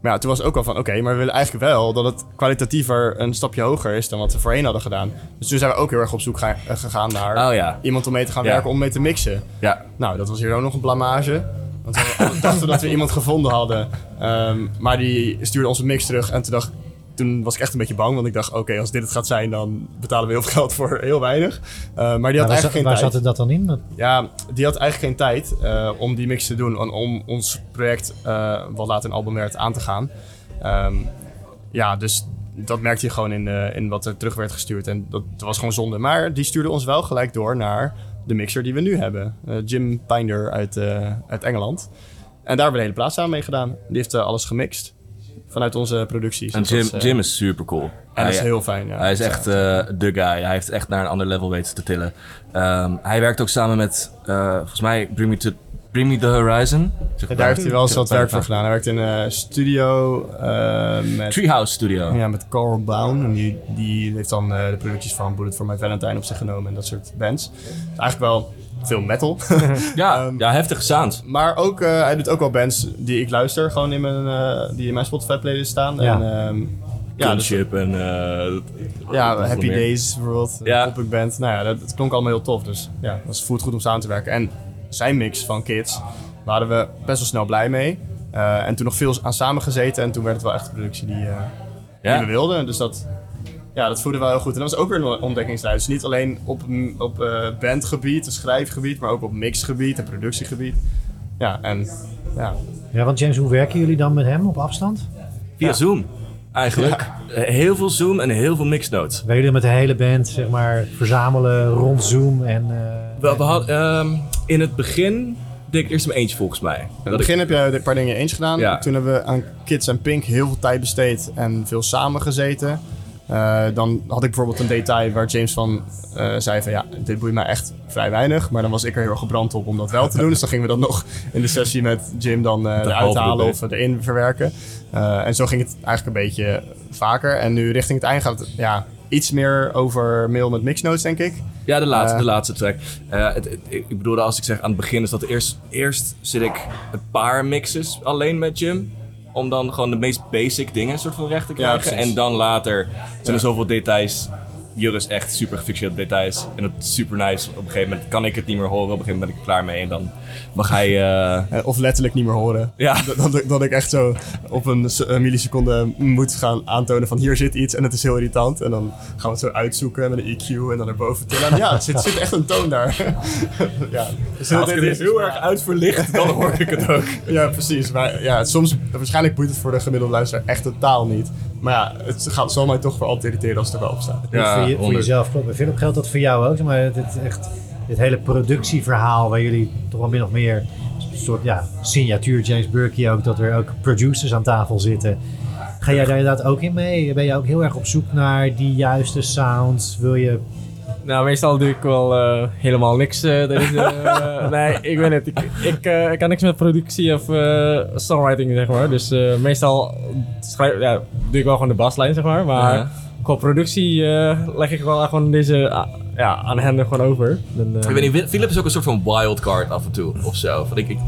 Maar ja, toen was het ook al van, oké, maar we willen eigenlijk wel dat het kwalitatiever een stapje hoger is dan wat we voorheen hadden gedaan. Dus toen zijn we ook heel erg op zoek gegaan naar iemand om mee te gaan werken, om mee te mixen. Ja. Nou, dat was hier ook nog een blamage. Want we dachten dat we iemand gevonden hadden. Maar die stuurde onze mix terug en toen was ik echt een beetje bang, want ik dacht, oké, als dit het gaat zijn, dan betalen we heel veel geld voor heel weinig. Maar die had eigenlijk geen tijd. Waar zat dat dan in? Ja, die had eigenlijk geen tijd om die mix te doen, om ons project, wat later een album werd, aan te gaan. Dus dat merkte je gewoon in wat er terug werd gestuurd en dat was gewoon zonde. Maar die stuurde ons wel gelijk door naar de mixer die we nu hebben. Jim Pinder uit Engeland. En daar hebben we de hele plaat samen mee gedaan. Die heeft alles gemixt. Vanuit onze producties. En Jim is super cool. En dat is heel fijn. Ja. Hij is echt de guy. Hij heeft echt naar een ander level weten te tillen. Hij werkt ook samen met, volgens mij, Bring Me The Horizon. Daar heeft hij wel eens wat werk voor gedaan. Hij werkt in een studio met... Treehouse Studio. Ja, met Carl Baum. En die heeft dan de producties van Bullet For My Valentine op zich genomen. En dat soort bands. Dus eigenlijk wel veel metal. Ja, heftige sounds. Maar ook, hij doet ook wel bands die ik luister. Gewoon die in mijn Spotify playlist staan. Ja. En, Gunship en... Happy Days bijvoorbeeld. Ja. Pop-up band. Nou ja, dat klonk allemaal heel tof. Dus ja, dat voelt goed om samen te werken. En zijn mix van Kids waren we best wel snel blij mee. En toen nog veel aan samen gezeten. En toen werd het wel echt de productie die we wilden. Dus dat voelde wel heel goed. En dat was ook weer een ontdekkingsreis. Dus niet alleen op bandgebied, schrijfgebied, maar ook op mixgebied en productiegebied. Ja, want James, hoe werken jullie dan met hem op afstand? Via Zoom, eigenlijk. Ja. Heel veel Zoom en heel veel mixnotes. Wij jullie met de hele band, zeg maar, verzamelen rond Zoom en... We hadden in het begin... deed ik eerst mijn eentje volgens mij. In het begin heb je een paar dingen eens gedaan. Ja. Toen hebben we aan Kids en Pink heel veel tijd besteed en veel samen gezeten. Dan had ik bijvoorbeeld een detail waar James van zei van dit boeit mij echt vrij weinig. Maar dan was ik er heel erg gebrand op om dat wel te doen. Dus dan gingen we dat nog in de sessie met Jim dan eruit halen of erin verwerken. En zo ging het eigenlijk een beetje vaker. En nu richting het eind gaat het iets meer over mail met mixnotes, denk ik. Ja, de laatste track. Ik bedoelde, als ik zeg aan het begin, is dat eerst zit ik een paar mixes alleen met Jim. Om dan gewoon de meest basic dingen soort van recht te krijgen. En dan later zijn er zoveel details. Jur is echt super gefixeerd op details. En dat is super nice. Op een gegeven moment kan ik het niet meer horen. Op een gegeven moment ben ik er klaar mee. En dan mag hij... Of letterlijk niet meer horen. Ja. Dat ik echt zo op een milliseconde moet gaan aantonen van hier zit iets en het is heel irritant. En dan gaan we het zo uitzoeken met een EQ en dan erboven tillen. En ja, er zit echt een toon daar. Dus als het heel erg uitverlicht, dan hoor ik het ook. Ja, precies. Maar soms, waarschijnlijk boeit het voor de gemiddelde luisteraar echt totaal niet. Maar het zal mij toch wel altijd irriteren als het er wel op staat. Voor jezelf klopt. En Philip, geldt dat voor jou ook? Maar dit hele productieverhaal waar jullie toch wel min of meer een soort signatuur James Burkey ook, dat er ook producers aan tafel zitten. Ga jij daar inderdaad ook in mee? Ben je ook heel erg op zoek naar die juiste sound? Wil je... Nou, meestal doe ik wel helemaal niks. Nee, ik weet het. Ik kan niks met productie of songwriting, zeg maar. Dus meestal doe ik wel gewoon de baslijn, zeg maar. Maar qua productie leg ik wel gewoon deze aan hen gewoon over. Dan, ik weet niet, Philip is ook een soort van wildcard af en toe, of zo.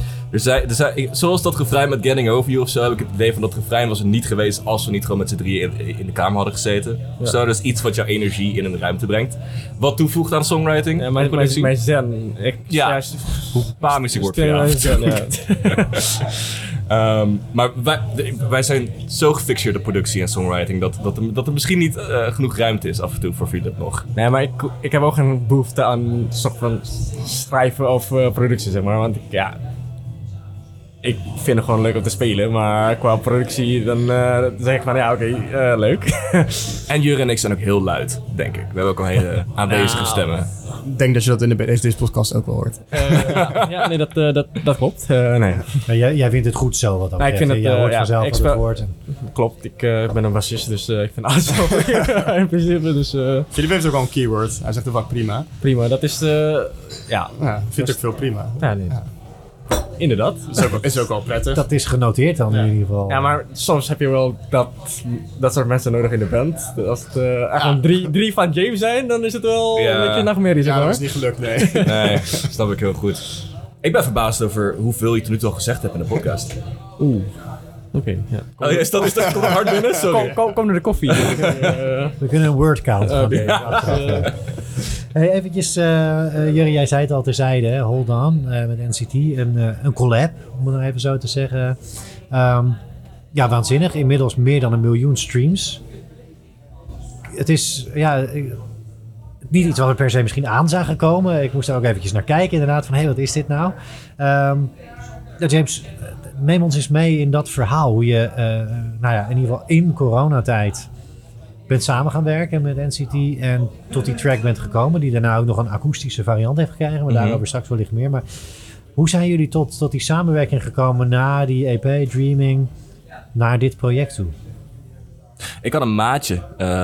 Zoals dat refrein met Getting Over You of zo, heb ik het idee van dat refrein was er niet geweest als we niet gewoon met z'n drieën in de kamer hadden gezeten. Ja. Zo, dat is iets wat jouw energie in een ruimte brengt. Wat toevoegt aan songwriting? Ja, mijn zen. Hoe panisch ik word voor jou. Maar wij zijn zo gefixeerd op productie en songwriting dat er misschien niet genoeg ruimte is af en toe voor Philip nog. Nee, maar ik heb ook geen behoefte aan soort van schrijven of productie, zeg maar. Want ik vind het gewoon leuk om te spelen, maar qua productie dan zeg ik van leuk. En Jur en ik zijn ook heel luid, denk ik. We hebben ook al hele aanwezige stemmen. Ik denk dat je dat in deze podcast ook wel hoort. Dat klopt. Nee. Maar jij vindt het goed zo wat dat betreft. Ik vind jij hoort vanzelf wat het woord. Klopt, ik ben een bassist, dus ik vind alles wel in principe. Dus, Philip heeft ook al een keyword. Hij zegt de vak prima. Prima, dat is vindt ook veel prima. Ja, nee. Inderdaad. Is ook al prettig. Dat is genoteerd dan in ieder geval. Ja, maar soms heb je wel dat soort mensen nodig in de band. Als het gewoon drie van James zijn, dan is het wel een beetje nachtmerrie, zeg maar. Ja, dat is niet gelukt, nee. Nee, snap ik heel goed. Ik ben verbaasd over hoeveel je tot nu toe al gezegd hebt in de podcast. Oké, ja. Oh ja, dat komt hard binnen? Sorry. Kom naar de koffie. We kunnen een word count van deze achteraf. Hey, eventjes, Jurre, jij zei het al terzijde, hè? Hold On met NCT. Een collab, om het nog even zo te zeggen. Ja, waanzinnig. Inmiddels meer dan 1 miljoen streams. Het is niet iets wat we per se misschien aan zagen komen. Ik moest er ook eventjes naar kijken inderdaad. Van, wat is dit nou? James, neem ons eens mee in dat verhaal. Hoe je in ieder geval in coronatijd bent samen gaan werken met NCT. En tot die track bent gekomen. Die daarna ook nog een akoestische variant heeft gekregen. Maar daarover straks wellicht meer. Maar hoe zijn jullie tot die samenwerking gekomen na die EP, Dreaming, naar dit project toe? Ik had een maatje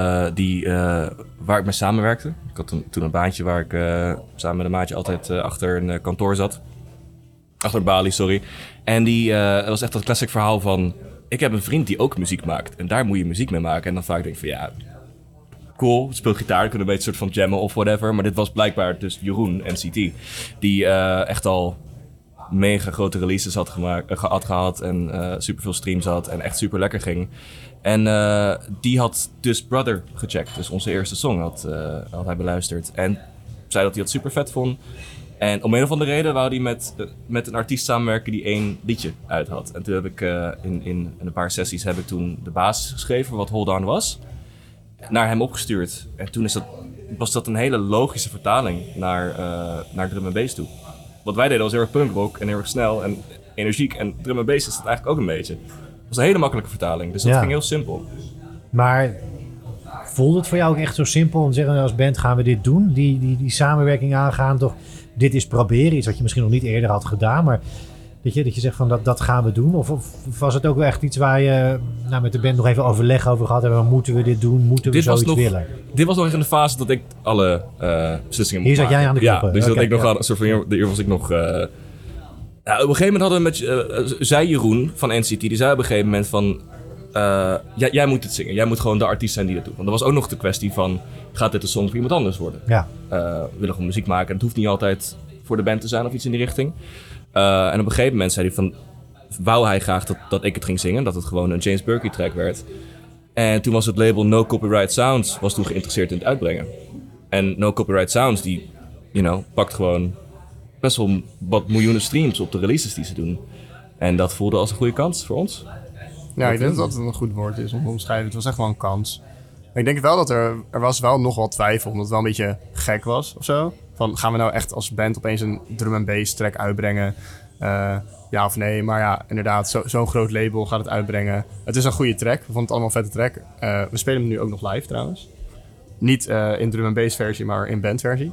waar ik mee samenwerkte. Ik had toen een baantje waar ik samen met een maatje altijd achter een kantoor zat. Achter balie, sorry. En dat was echt dat classic verhaal van... Ik heb een vriend die ook muziek maakt. En daar moet je muziek mee maken. En dan vaak denk ik van cool, speel gitaar. Kunnen een beetje soort van jammen of whatever. Maar dit was blijkbaar dus Jeroen, NCT. Die echt al mega grote releases had gehad. En superveel streams had. En echt super lekker ging. En die had dus Brother gecheckt. Dus onze eerste song had hij beluisterd. En zei dat hij dat super vet vond. En om een of andere reden wou hij met een artiest samenwerken die 1 liedje uit had. En toen heb ik in een paar sessies heb ik toen de basis geschreven, wat Hold On was, naar hem opgestuurd. En toen was dat een hele logische vertaling naar drum en bass toe. Wat wij deden was heel erg punkrock en heel erg snel en energiek. En drum en bass is dat eigenlijk ook een beetje. Het was een hele makkelijke vertaling, dus dat ging heel simpel. Maar voelde het voor jou ook echt zo simpel om te zeggen, als band gaan we dit doen? Die samenwerking aangaan, toch? Dit is proberen, iets wat je misschien nog niet eerder had gedaan, maar dat je zegt van dat gaan we doen? Of was het ook wel echt iets waar je met de band nog even overleg over gehad hebben? Moeten we dit doen? Moeten we zoiets willen? Dit was nog echt in de fase dat ik alle beslissingen moest maken. Hier zat jij aan de knoppen? Ja, dus dat ik nog een soort van... Hier was ik nog... op een gegeven moment hadden we zei Jeroen van NCT, die zei op een gegeven moment van... jij moet het zingen. Jij moet gewoon de artiest zijn die dat doet. Want er was ook nog de kwestie van... Gaat dit een song voor iemand anders worden? Ja. We willen gewoon muziek maken. En het hoeft niet altijd voor de band te zijn of iets in die richting. En op een gegeven moment zei hij van... Wou hij graag dat ik het ging zingen. Dat het gewoon een James Burkey track werd. En toen was het label No Copyright Sounds... was toen geïnteresseerd in het uitbrengen. En No Copyright Sounds die... pakt gewoon best wel wat miljoenen streams op de releases die ze doen. En dat voelde als een goede kans voor ons. Ja, ik denk dat het een goed woord is om te omschrijven. Het was echt wel een kans. Maar ik denk wel dat er was wel nog wel twijfel, omdat het wel een beetje gek was of zo. Van, gaan we nou echt als band opeens een drum en bass track uitbrengen? Ja of nee? Maar ja, inderdaad, zo'n groot label gaat het uitbrengen. Het is een goede track. We vonden het allemaal een vette track. We spelen hem nu ook nog live trouwens. Niet in drum en bass versie, maar in band versie.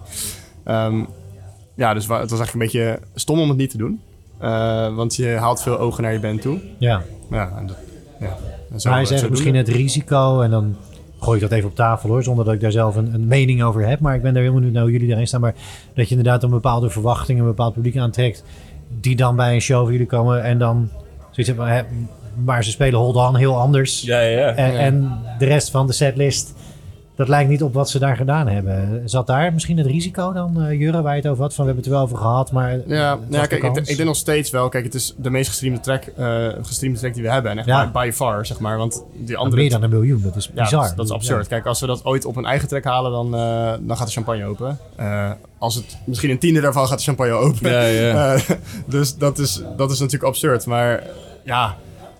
Ja, dus het was eigenlijk een beetje stom om het niet te doen. Want je haalt veel ogen naar je band toe. Ja. Ja, Maar hij zegt misschien het risico en dan gooi ik dat even op tafel hoor, zonder dat ik daar zelf een mening over heb. Maar ik ben daar heel benieuwd naar hoe jullie daarin staan. Maar dat je inderdaad een bepaalde verwachting, een bepaald publiek aantrekt, die dan bij een show voor jullie komen en dan zoiets hebben, maar ze spelen Hold On heel anders. Ja. En de rest van de setlist, dat lijkt niet op wat ze daar gedaan hebben. Zat daar misschien het risico dan, Jurre, waar je het over had? Van we hebben het er wel over gehad, maar... Ja, kijk, ik denk nog steeds wel. Kijk, het is de meest gestreamde track die we hebben. En echt by far, zeg maar. Want die andere... Meer dan 1 miljoen, dat is bizar. Dat is absurd. Ja. Kijk, als we dat ooit op een eigen track halen, dan gaat de champagne open. Als het misschien een tiende daarvan gaat de champagne open. Ja. Dus dat is natuurlijk absurd. Maar ja...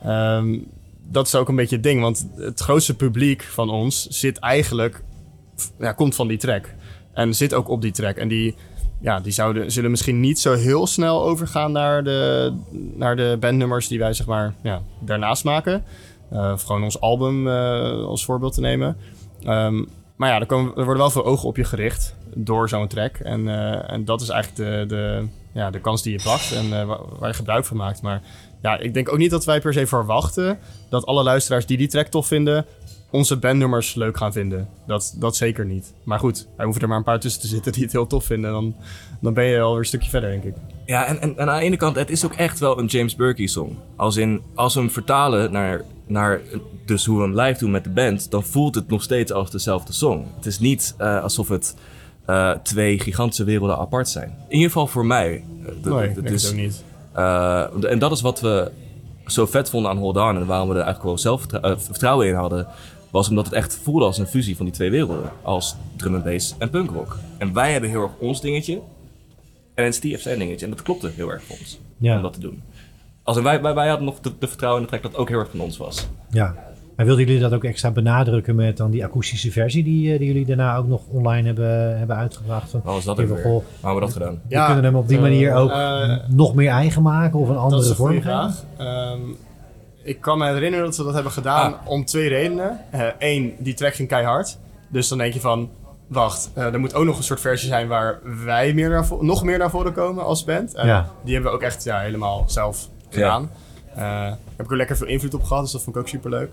dat is ook een beetje het ding, want het grootste publiek van ons zit eigenlijk, komt van die track. En zit ook op die track. En die zullen misschien niet zo heel snel overgaan naar de bandnummers die wij zeg maar daarnaast maken. Of gewoon ons album als voorbeeld te nemen. Maar ja, er worden wel veel ogen op je gericht door zo'n track. En dat is eigenlijk de kans die je pakt en waar je gebruik van maakt. Maar ja, ik denk ook niet dat wij per se verwachten dat alle luisteraars die track tof vinden, onze bandnummers leuk gaan vinden. Dat zeker niet. Maar goed, er hoeven er maar een paar tussen te zitten die het heel tof vinden. Dan ben je alweer een stukje verder, denk ik. Ja, en aan de ene kant, het is ook echt wel een James Burkey song. Als we hem vertalen naar dus hoe we hem live doen met de band, dan voelt het nog steeds als dezelfde song. Het is niet alsof het 2 gigantische werelden apart zijn. In ieder geval voor mij. Nee, ik denk het ook niet. En dat is wat we zo vet vonden aan Hold On en waarom we er eigenlijk wel zelf vertrouwen in hadden, was omdat het echt voelde als een fusie van die twee werelden. Als drum and bass en punkrock. En wij hebben heel erg ons dingetje en NCT heeft zijn dingetje. En dat klopte heel erg voor ons om dat te doen. Wij hadden nog de vertrouwen in de track dat ook heel erg van ons was. Ja. Maar wilden jullie dat ook extra benadrukken met dan die akoestische versie die jullie daarna ook nog online hebben uitgebracht? Wat was dat even? Hoe hebben we dat gedaan? We kunnen hem op die manier ook nog meer eigen maken of een andere vorm geven? Dat is een goede vraag. Ik kan me herinneren dat we dat hebben gedaan om 2 redenen. Eén, die track ging keihard. Dus dan denk je van, wacht, er moet ook nog een soort versie zijn waar wij nog meer naar voren komen als band. Die hebben we ook echt helemaal zelf gedaan. Daar heb ik er lekker veel invloed op gehad, dus dat vond ik ook superleuk.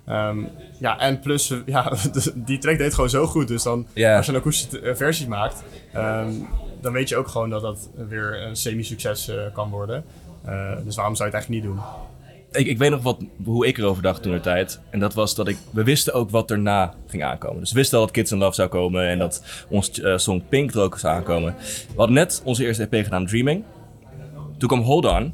En plus, die track deed gewoon zo goed. Dus dan, als je een akoestische versie maakt, dan weet je ook gewoon dat dat weer een semi-succes kan worden. Dus waarom zou je het eigenlijk niet doen? Ik weet nog hoe ik erover dacht toen de tijd. En dat was dat we wisten ook wat erna ging aankomen. Dus we wisten al dat Kids in Love zou komen en dat ons song Pink er ook zou aankomen. We hadden net onze eerste EP gedaan, Dreaming. Toen kwam Hold On.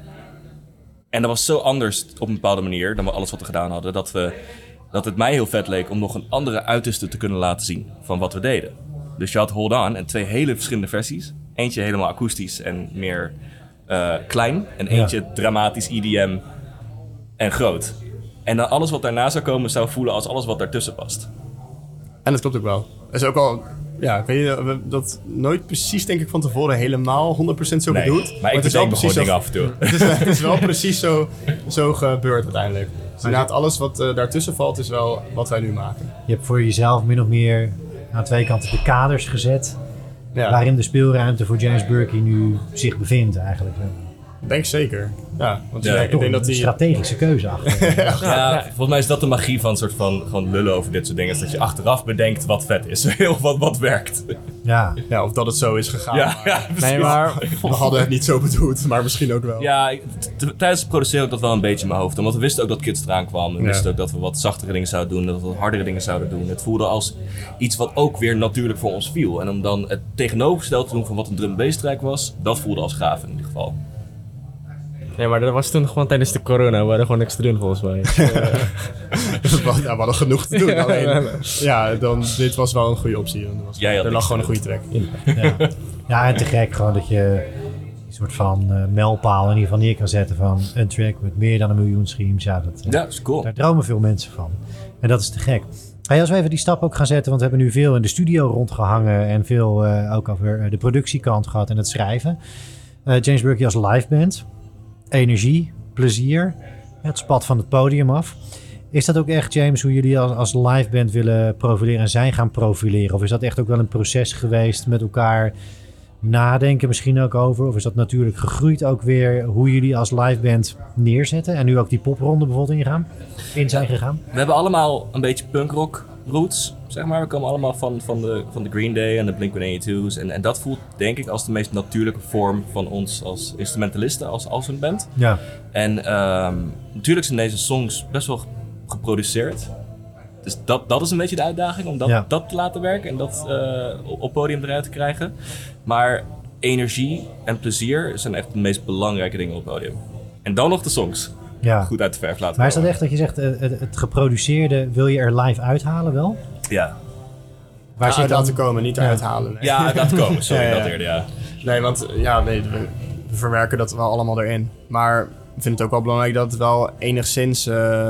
En dat was zo anders op een bepaalde manier dan we alles wat we gedaan hadden. Dat het mij heel vet leek om nog een andere uiterste te kunnen laten zien van wat we deden. Dus je had Hold On en 2 hele verschillende versies. Eentje helemaal akoestisch en meer klein. En eentje dramatisch EDM en groot. En dan alles wat daarna zou komen zou voelen als alles wat daartussen past. En dat klopt ook wel. Dat is ook al... Ja, weet je, we hebben dat nooit precies, denk ik, van tevoren helemaal 100% zo bedoeld. Maar ik bedenk gewoon dingen af en toe. Het is wel precies zo gebeurd uiteindelijk. Dus inderdaad, alles wat daartussen valt, is wel wat wij nu maken. Je hebt voor jezelf min of meer aan 2 kanten de kaders gezet, waarin de speelruimte voor James Burkey nu zich bevindt eigenlijk. Denk zeker. Ja, want ik denk dat die strategische keuze achter. Volgens mij is dat de magie van soort van gewoon lullen over dit soort dingen. Is dat je achteraf bedenkt wat vet is. Heel wat werkt. Ja, of dat het zo is gegaan. Maar we hadden het niet zo bedoeld, maar misschien ook wel. Ja, tijdens het produceren ook dat wel een beetje in mijn hoofd. Omdat we wisten ook dat Kids eraan kwam. We wisten ook dat we wat zachtere dingen zouden doen. Dat we wat hardere dingen zouden doen. Het voelde als iets wat ook weer natuurlijk voor ons viel. En om dan het tegenovergestelde te doen van wat een drum bass track was. Dat voelde als gaaf in ieder geval. Nee, maar dat was toen gewoon tijdens de corona. We hadden gewoon niks te doen volgens mij. We hadden genoeg te doen. Alleen, dit was wel een goede optie. Er lag gewoon een goede track. Ja, en te gek gewoon dat je een soort van mijlpaal in ieder geval neer kan zetten van een track met meer dan 1 miljoen streams. Ja, dat is cool. Daar dromen veel mensen van. En dat is te gek. Hey, als we even die stap ook gaan zetten, want we hebben nu veel in de studio rondgehangen en veel ook over de productiekant gehad en het schrijven. James Burkey als liveband. Energie, plezier, het spat van het podium af. Is dat ook echt, James, hoe jullie als liveband willen profileren en zijn gaan profileren? Of is dat echt ook wel een proces geweest met elkaar nadenken misschien ook over? Of is dat natuurlijk gegroeid ook weer hoe jullie als liveband neerzetten en nu ook die popronde bijvoorbeeld in zijn gegaan? We hebben allemaal een beetje punkrock roots, zeg maar. We komen allemaal van de Green Day en de Blink-182's. En dat voelt, denk ik, als de meest natuurlijke vorm van ons als instrumentalisten, als een band. Ja. En natuurlijk zijn deze songs best wel geproduceerd. Dus dat is een beetje de uitdaging, om dat te laten werken en dat op podium eruit te krijgen. Maar energie en plezier zijn echt de meest belangrijke dingen op podium. En dan nog de songs. Ja. Goed uit de verf laten Maar komen. is dat echt dat je zegt, het geproduceerde wil je er live uithalen wel? Ja. Waar zit laten komen, niet eruit halen. Nee. Ja, laten komen. Sorry, dat eerder, ja. Nee, want we verwerken dat wel allemaal erin. Maar ik vind het ook wel belangrijk dat het wel enigszins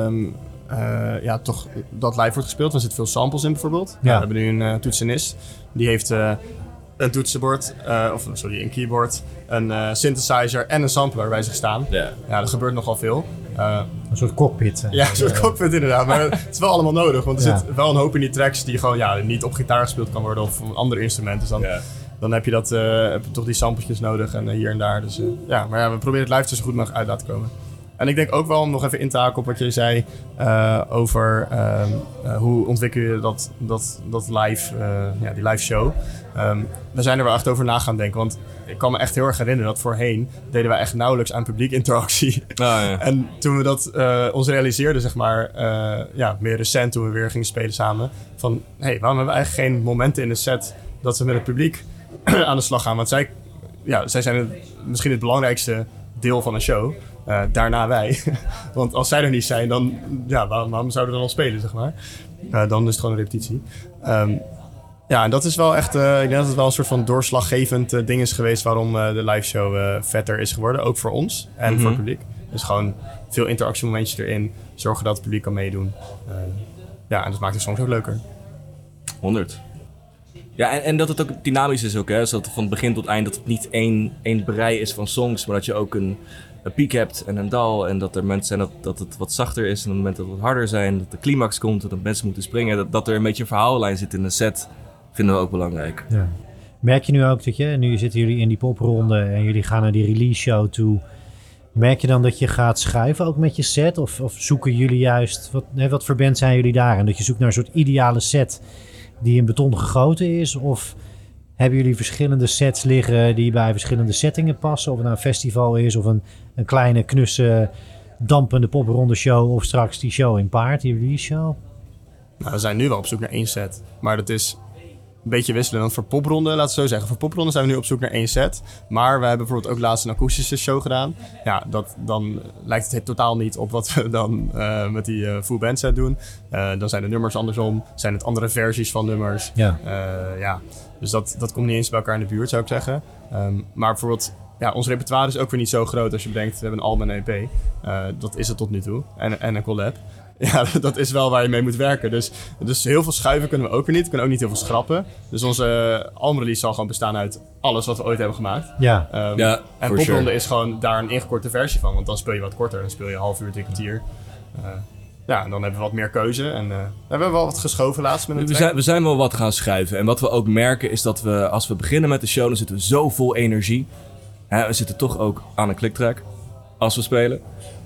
toch dat live wordt gespeeld. Er zitten veel samples in bijvoorbeeld. Ja. We hebben nu een toetsenist. Die heeft een toetsenbord, een keyboard, een synthesizer en een sampler bij zich staan. Ja, er gebeurt nogal veel. Een soort cockpit. Ja, een soort cockpit inderdaad. Maar het is wel allemaal nodig. Want er zit wel een hoop in die tracks die gewoon niet op gitaar gespeeld kan worden of een ander instrument. Dus dan heb je toch die sampletjes nodig en hier en daar. Dus maar we proberen het live zo goed mogelijk uit te laten komen. En ik denk ook wel om nog even in te haken op wat je zei over hoe ontwikkel je dat live, die live show. We zijn er wel echt over na gaan denken, want ik kan me echt heel erg herinneren dat voorheen deden wij echt nauwelijks aan publiek interactie. En toen we dat ons realiseerden, zeg maar, meer recent toen we weer gingen spelen samen, van waarom hebben we eigenlijk geen momenten in de set dat we met het publiek aan de slag gaan? Want zij zijn misschien het belangrijkste deel van een show. Daarna wij. Want als zij er niet zijn, dan waarom zouden we dan al spelen, zeg maar. Dan is het gewoon een repetitie. Ja, en dat is wel echt... ik denk dat het wel een soort van doorslaggevend ding is geweest waarom de liveshow vetter is geworden. Ook voor ons en voor het publiek. Dus gewoon veel interactiemomentjes erin. Zorgen dat het publiek kan meedoen. En dat maakt het soms ook leuker. 100. Ja, en dat het ook dynamisch is ook, hè. Zodat van begin tot eind dat het niet één brei is van songs, maar dat je ook een piek hebt en een dal. En dat er mensen zijn dat het wat zachter is en op het moment dat het wat harder zijn. Dat de climax komt en dat mensen moeten springen. Dat er een beetje een verhaallijn zit in een set, vinden we ook belangrijk. Ja. Merk je nu ook dat nu zitten jullie in die popronde en jullie gaan naar die release show toe. Merk je dan dat je gaat schuiven ook met je set? Of zoeken jullie juist, wat voor band zijn jullie daar? En dat je zoekt naar een soort ideale set die in beton gegoten is? Of hebben jullie verschillende sets liggen die bij verschillende settingen passen? Of het nou een festival is of een kleine knusse dampende popronde show of straks die show in Paard, die release show? Nou, we zijn nu wel op zoek naar 1 set. Maar dat is een beetje wisselen. Want voor popronde, laten we zo zeggen. Voor popronde zijn we nu op zoek naar 1 set. Maar we hebben bijvoorbeeld ook laatst een akoestische show gedaan. Ja, dan lijkt het totaal niet op wat we dan met die full band set doen. Dan zijn de nummers andersom. Zijn het andere versies van nummers. Ja. Dus dat komt niet eens bij elkaar in de buurt, zou ik zeggen. Maar bijvoorbeeld, ons repertoire is ook weer niet zo groot als je bedenkt. We hebben een album en een EP. Dat is het tot nu toe. En een collab. Ja, dat is wel waar je mee moet werken. Dus heel veel schuiven kunnen we ook weer niet. We kunnen ook niet heel veel schrappen. Dus onze albumrelease zal gewoon bestaan uit alles wat we ooit hebben gemaakt. Ja. En popronde is gewoon daar een ingekorte versie van. Want dan speel je wat korter. Dan speel je een half uur, 3 kwartier. En dan hebben we wat meer keuze. En we hebben wel wat geschoven laatst met een track. We zijn wel wat gaan schuiven. En wat we ook merken is dat we, als we beginnen met de show, dan zitten we zo vol energie. We zitten toch ook aan een kliktrack als we spelen.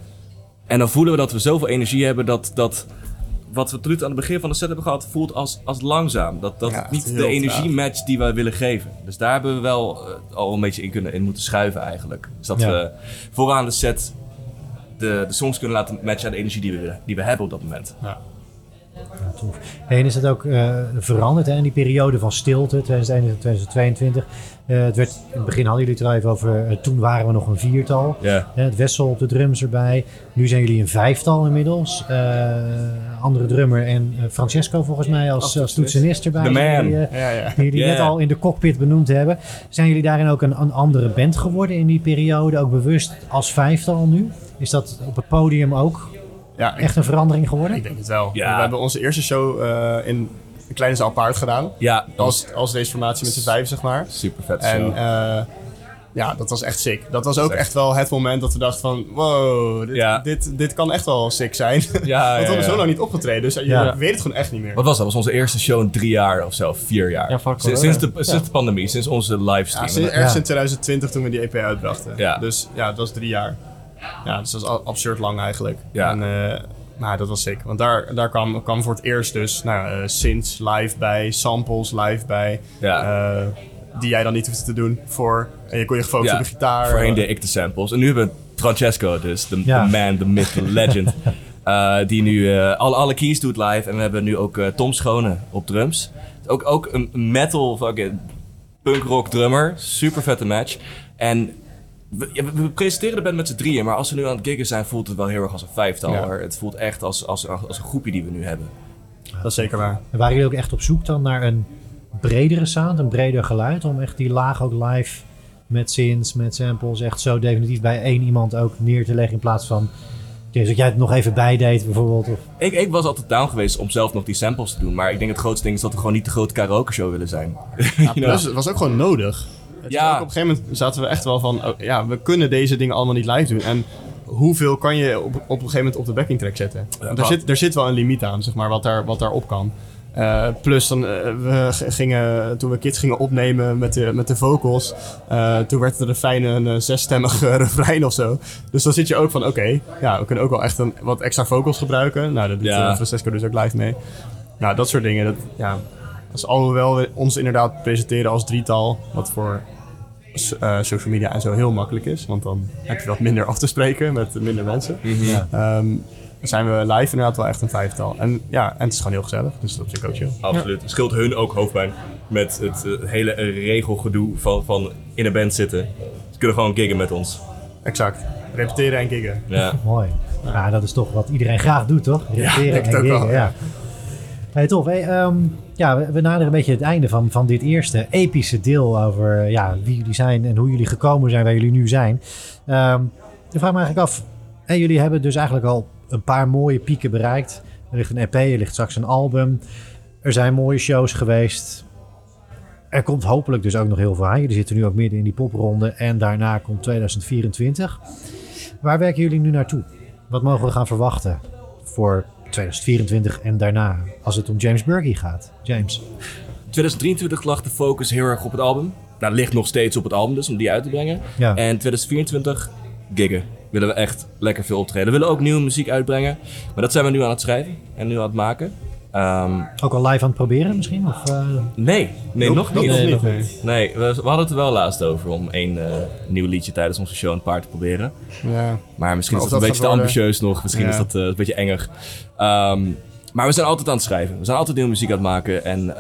En dan voelen we dat we zoveel energie hebben dat wat we tot aan het begin van de set hebben gehad, voelt als langzaam. Dat het niet de energiematch die wij willen geven. Dus daar hebben we wel al een beetje in moeten schuiven eigenlijk. Dus dat we vooraan de set de songs kunnen laten matchen aan de energie die we hebben op dat moment. Ja. Ja, tof. En is het ook veranderd in die periode van stilte, 2021, 2022? Het werd, in het begin hadden jullie het er even over, toen waren we nog een 4-tal. Yeah. Het Wessel op de drums erbij. Nu zijn jullie een 5-tal inmiddels. Andere drummer en Francesco volgens mij als toetsenist erbij. The man. Die jullie net al in de cockpit benoemd hebben. Zijn jullie daarin ook een andere band geworden in die periode? Ook bewust als 5-tal nu? Is dat op het podium ook echt een verandering geworden? Ik denk het wel. Ja. We hebben onze eerste show in een kleine zaal Paard gedaan. Ja. Als deze formatie met z'n 5, zeg maar. Super vet En show. dat was echt sick. Dat was ook echt wel het moment dat we dachten van... Wow, dit kan echt wel sick zijn. Want we hebben zo lang niet opgetreden. Dus je weet het gewoon echt niet meer. Wat was dat? Was onze eerste show in 3 jaar of zo? 4 jaar? Ja, fuck sinds de pandemie, sinds onze livestream. Ergens in 2020 toen we die EP uitbrachten. Ja. Dus het was 3 jaar. Ja, dus dat is absurd lang eigenlijk. Ja. En dat was sick. Want daar kwam voor het eerst dus synths live bij, samples live bij. Ja. Die jij dan niet hoefde te doen voor. En je kon je gefocust op de gitaar. Voorheen deed ik de samples. En nu hebben we Francesco, dus de man, de myth, de legend. Die nu alle keys doet live. En we hebben nu ook Tom Schone op drums. Ook een metal fucking punk rock drummer. Super vette match. En we presenteren de band met z'n 3, maar als we nu aan het giggen zijn, voelt het wel heel erg als een 5-tal. Ja. Het voelt echt als een groepje die we nu hebben. Dat is zeker waar. En waren jullie ook echt op zoek dan naar een bredere sound, een breder geluid, om echt die laag ook live met synths, met samples echt zo definitief bij één iemand ook neer te leggen in plaats van dat jij het nog even bijdeed bijvoorbeeld? Of... Ik was altijd down geweest om zelf nog die samples te doen, maar ik denk het grootste ding is dat we gewoon niet de grote karaoke show willen zijn. Plus, het was ook gewoon nodig. Ook op een gegeven moment zaten we echt wel van, we kunnen deze dingen allemaal niet live doen. En hoeveel kan je op een gegeven moment op de backing track zetten? Er zit wel een limiet aan, zeg maar, wat daarop kan. Plus, toen we Kids gingen opnemen met de vocals, toen werd er een fijne 6-stemmig refrein of zo. Dus dan zit je ook van, we kunnen ook wel echt wat extra vocals gebruiken. Nou, dat doet Francesco dus ook live mee. Nou, dat soort dingen, dus alhoewel we ons inderdaad presenteren als 3-tal, wat voor social media en zo heel makkelijk is, want dan heb je wat minder af te spreken met minder mensen. Mm-hmm. Zijn we live inderdaad wel echt een 5-tal. En het is gewoon heel gezellig, dus dat vind ik ook chill. Absoluut. Het scheelt hun ook hoofdpijn met het hele regelgedoe van in een band zitten. Ze kunnen gewoon giggen met ons. Exact. repeteren en giggen. Ja. Mooi. Ja, dat is toch wat iedereen graag doet, toch? Repeteren denk en het ook wel, giggen, ja. Hey, tof. Hey, we naderen een beetje het einde van dit eerste epische deel over wie jullie zijn en hoe jullie gekomen zijn waar jullie nu zijn. Ik vraag me eigenlijk af, jullie hebben dus eigenlijk al een paar mooie pieken bereikt. Er ligt een EP, er ligt straks een album. Er zijn mooie shows geweest. Er komt hopelijk dus ook nog heel veel aan. Jullie zitten nu ook midden in die popronde en daarna komt 2024. Waar werken jullie nu naartoe? Wat mogen we gaan verwachten voor 2024 en daarna als het om James Burkey gaat? James. 2023 lag de focus heel erg op het album. Nou, ligt nog steeds op het album dus, om die uit te brengen. Ja. En 2024, giggen. Willen we echt lekker veel optreden. We willen ook nieuwe muziek uitbrengen. Maar dat zijn we nu aan het schrijven en nu aan het maken. Ook al live aan het proberen misschien? Of, Nee, nog niet. Nee. We hadden het er wel laatst over om één nieuw liedje tijdens onze show een paar te proberen. Ja. Maar misschien Maar is of dat een dat beetje te gaat ambitieus nog. Misschien Ja. is dat een beetje enger. Maar we zijn altijd aan het schrijven. We zijn altijd nieuwe muziek aan het maken. En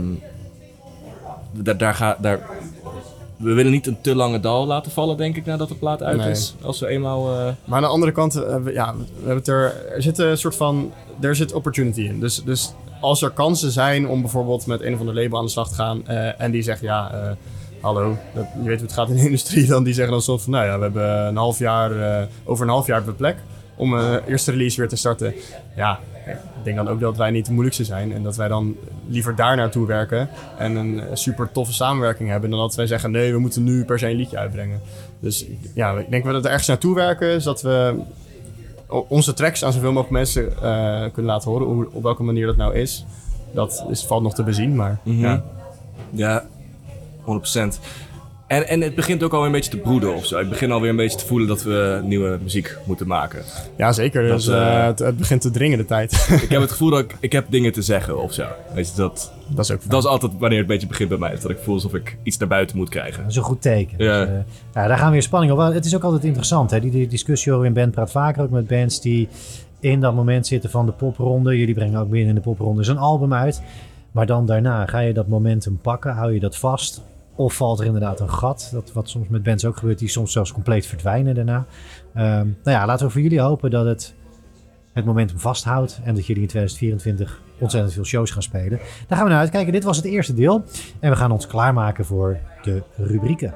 we willen niet een te lange dal laten vallen, denk ik, nadat de plaat uit Nee. is. Als we eenmaal... Maar aan de andere kant, we hebben het er zit een soort van, er zit opportunity in. Dus als er kansen zijn om bijvoorbeeld met een of ander label aan de slag te gaan en die zegt hallo, je weet hoe het gaat in de industrie, dan die zeggen dan soms van, nou ja, we hebben over een half jaar hebben we plek om een eerste release weer te starten. Ja, ik denk dan ook dat wij niet de moeilijkste zijn en dat wij dan liever daar naartoe werken en een super toffe samenwerking hebben dan dat wij zeggen, nee, we moeten nu per se een liedje uitbrengen. Dus ja, ik denk dat we er ergens naartoe werken, zodat we onze tracks aan zoveel mogelijk mensen kunnen laten horen. Op welke manier dat nou is, valt nog te bezien, maar Ja, 100%. En het begint ook alweer een beetje te broeden of zo. Ik begin alweer een beetje te voelen dat we nieuwe muziek moeten maken. Ja, zeker. Dat, Dus, het begint te dringen de tijd. Ik heb het gevoel dat ik heb dingen te zeggen of zo. Weet je, dat is altijd wanneer het een beetje begint bij mij. Dat ik voel alsof ik iets naar buiten moet krijgen. dat is een goed teken. Ja. Dus, daar gaan we weer spanning op. Het is ook altijd interessant. Hè? Die discussie over in Bandpraat vaker ook met bands die in dat moment zitten van de popronde. Jullie brengen ook binnen in de popronde zo'n album uit. Maar dan daarna ga je dat momentum pakken. Hou je dat vast? Of valt er inderdaad een gat? Wat soms met bands ook gebeurt. Die soms zelfs compleet verdwijnen daarna. Laten we voor jullie hopen dat het momentum vasthoudt. En dat jullie in 2024 ontzettend veel shows gaan spelen. Daar gaan we naar uitkijken. Dit was het eerste deel. En we gaan ons klaarmaken voor de rubrieken.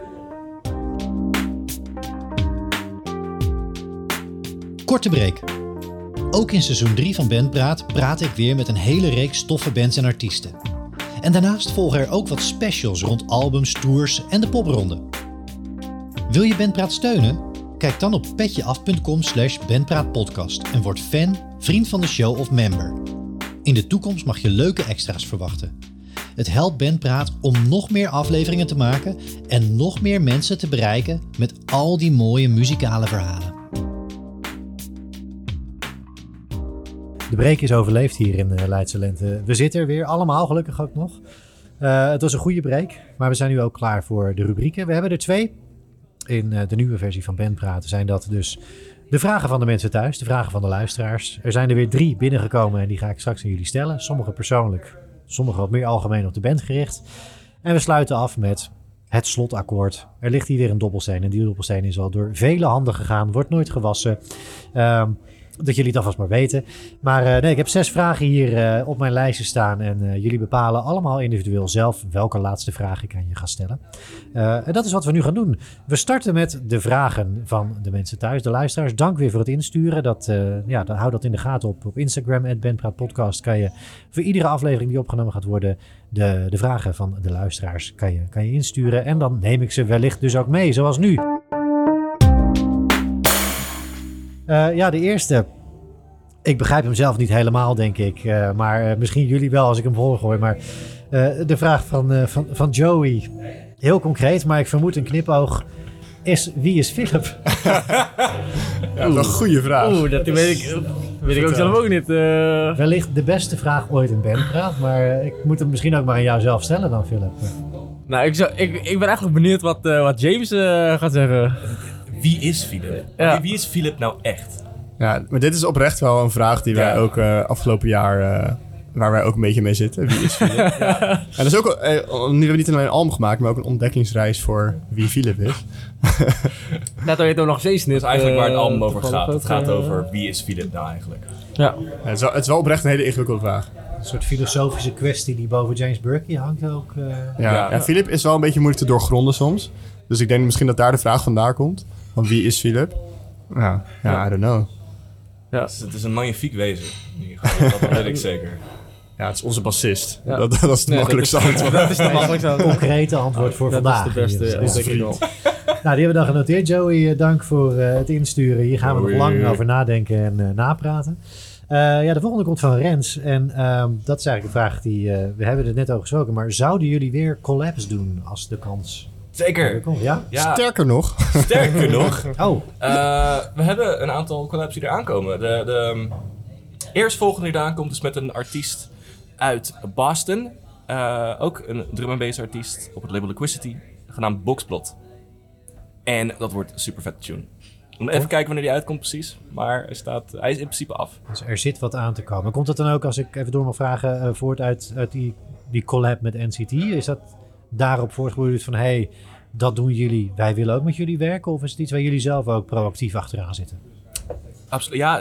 Korte break. Ook in seizoen 3 van Bandpraat praat ik weer met een hele reeks toffe bands en artiesten. En daarnaast volgen er ook wat specials rond albums, tours en de popronde. Wil je Bandpraat steunen? Kijk dan op petjeaf.com/bandpraatpodcast en word fan, vriend van de show of member. In de toekomst mag je leuke extra's verwachten. Het helpt Bandpraat om nog meer afleveringen te maken en nog meer mensen te bereiken met al die mooie muzikale verhalen. De break is overleefd hier in Leidse Lente. We zitten er weer, allemaal gelukkig ook nog. Het was een goede break, maar we zijn nu ook klaar voor de rubrieken. We hebben er 2. In de nieuwe versie van Bandpraten zijn dat dus de vragen van de mensen thuis, de vragen van de luisteraars. Er zijn er weer 3 binnengekomen en die ga ik straks aan jullie stellen. Sommige persoonlijk, sommige wat meer algemeen op de band gericht. En we sluiten af met het slotakkoord. Er ligt hier weer een dobbelsteen en die dobbelsteen is al door vele handen gegaan, wordt nooit gewassen. Dat jullie het alvast maar weten. Maar ik heb 6 vragen hier op mijn lijstje staan. En jullie bepalen allemaal individueel zelf welke laatste vraag ik aan je ga stellen. En dat is wat we nu gaan doen. We starten met de vragen van de mensen thuis, de luisteraars. Dank weer voor het insturen. Dan hou dat in de gaten op Instagram, @bandpraatpodcast. Kan je voor iedere aflevering die opgenomen gaat worden, de vragen van de luisteraars kan je insturen. En dan neem ik ze wellicht dus ook mee, zoals nu. De eerste. Ik begrijp hem zelf niet helemaal, denk ik. Maar misschien jullie wel als ik hem volgooi. Maar de vraag van Joey. Heel concreet, maar ik vermoed een knipoog. Wie is Philip? Ja, dat is een goede vraag. Dat weet ik ook zelf ook niet. Wellicht de beste vraag ooit in Bandpraat. Maar ik moet hem misschien ook maar aan jou zelf stellen dan, Philip. Nou, ik ben eigenlijk benieuwd wat James gaat zeggen. Wie is Philip? Ja. Wie is Philip nou echt? Ja, maar dit is oprecht wel een vraag die wij ook afgelopen jaar waar wij ook een beetje mee zitten. Wie is Philip? En dat is ook, nu hebben we niet alleen een album gemaakt, maar ook een ontdekkingsreis voor wie Philip is. Net weet je nog steeds niet. Dat is eigenlijk waar het album over toevallig gaat. Het ook, gaat over wie is Philip nou eigenlijk. Ja. Het is wel oprecht een hele ingewikkelde vraag. Een soort filosofische kwestie die boven James Burke hangt ook. Ja, Philip is wel een beetje moeilijk te doorgronden soms. Dus ik denk misschien dat daar de vraag vandaan komt. Van wie is Philip? Ja, I don't know. Ja. Het is een magnifiek wezen. In ieder geval, dat weet ik zeker. Ja, het is onze bassist. Ja. Dat is het makkelijkste antwoord. Dat is de makkelijkste antwoord. Concrete antwoord voor Dat vandaag. is de beste, Ja, denk ik wel. Nou, die hebben we dan genoteerd. Joey, dank voor het insturen. Hier gaan we nog lang over nadenken en napraten. De volgende komt van Rens. En dat is eigenlijk een vraag die... we hebben het net over gesproken. Maar zouden jullie weer collabs doen als de kans Zeker. komt? Ja? Ja, Sterker nog. sterker nog. Oh, We hebben een aantal collabs die eraan komen. De eerstvolgende die eraan komt is met een artiest uit Boston. Ook een drum and bass artiest op het label Liquidity, genaamd Boxplot. En dat wordt een super vette tune. Om even kijken wanneer die uitkomt precies. Maar hij is in principe af. dus er zit wat aan te komen. Komt dat dan ook, als ik even door mag vragen, voort uit die collab met NCT? Is dat daarop voortgeborduurd van... hey, dat doen jullie, wij willen ook met jullie werken? Of is het iets waar jullie zelf ook proactief achteraan zitten? Absoluut. Ja,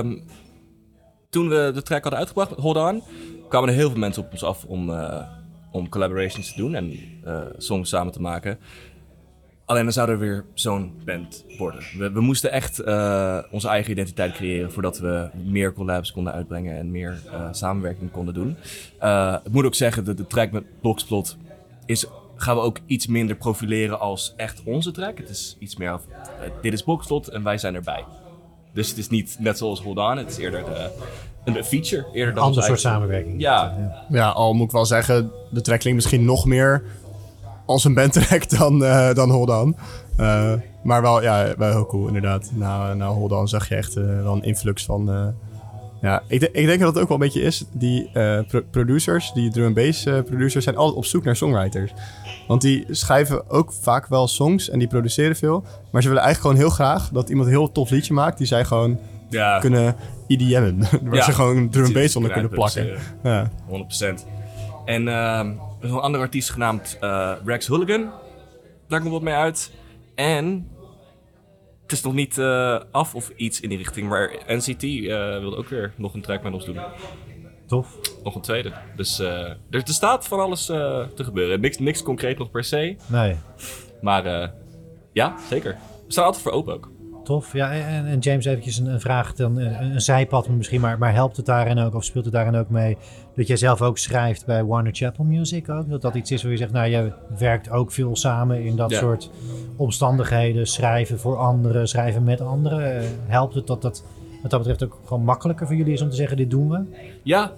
toen we de track hadden uitgebracht, Hold On, kwamen er heel veel mensen op ons af om collaborations te doen en songs samen te maken. Alleen dan zou er weer zo'n band worden. We moesten echt onze eigen identiteit creëren voordat we meer collabs konden uitbrengen en meer samenwerking konden doen. Ik moet ook zeggen, de track met Boxplot gaan we ook iets minder profileren als echt onze track. Het is iets meer af, dit is Boxplot en wij zijn erbij. Dus het is niet net zoals Hold On, het is eerder een feature. Eerder dan Ander ons soort eigen. samenwerking. Ja. Ja, al moet ik wel zeggen, de track klinkt misschien nog meer als een bandtrack dan Hold On. Maar wel, ja, wel heel cool inderdaad. Na Hold On zag je echt wel een influx van... ik denk dat het ook wel een beetje is. Die producers, die drum and bass producers, zijn altijd op zoek naar songwriters. Want die schrijven ook vaak wel songs en die produceren veel. Maar ze willen eigenlijk gewoon heel graag dat iemand een heel tof liedje maakt die zij gewoon kunnen EDM'en. Waar ze gewoon drum and bass onder kunnen plakken. Ja. 100%. En er is een andere artiest genaamd Rex Hooligan. Daar komt wat mee uit. En het is nog niet af of iets in die richting. Maar NCT wilde ook weer nog een track met ons doen. Tof. Nog een tweede. Dus er staat van alles te gebeuren. Niks concreet nog per se. Nee, Maar ja, zeker. We staan altijd voor open ook. tof. Ja, en James, eventjes een vraag, dan een zijpad misschien, maar helpt het daarin ook, of speelt het daarin ook mee, dat jij zelf ook schrijft bij Warner Chappell Music ook? Dat iets is waar je zegt, nou, jij werkt ook veel samen in dat soort omstandigheden, schrijven voor anderen, schrijven met anderen. Helpt het dat wat dat betreft ook gewoon makkelijker voor jullie is om te zeggen, dit doen we? Ja,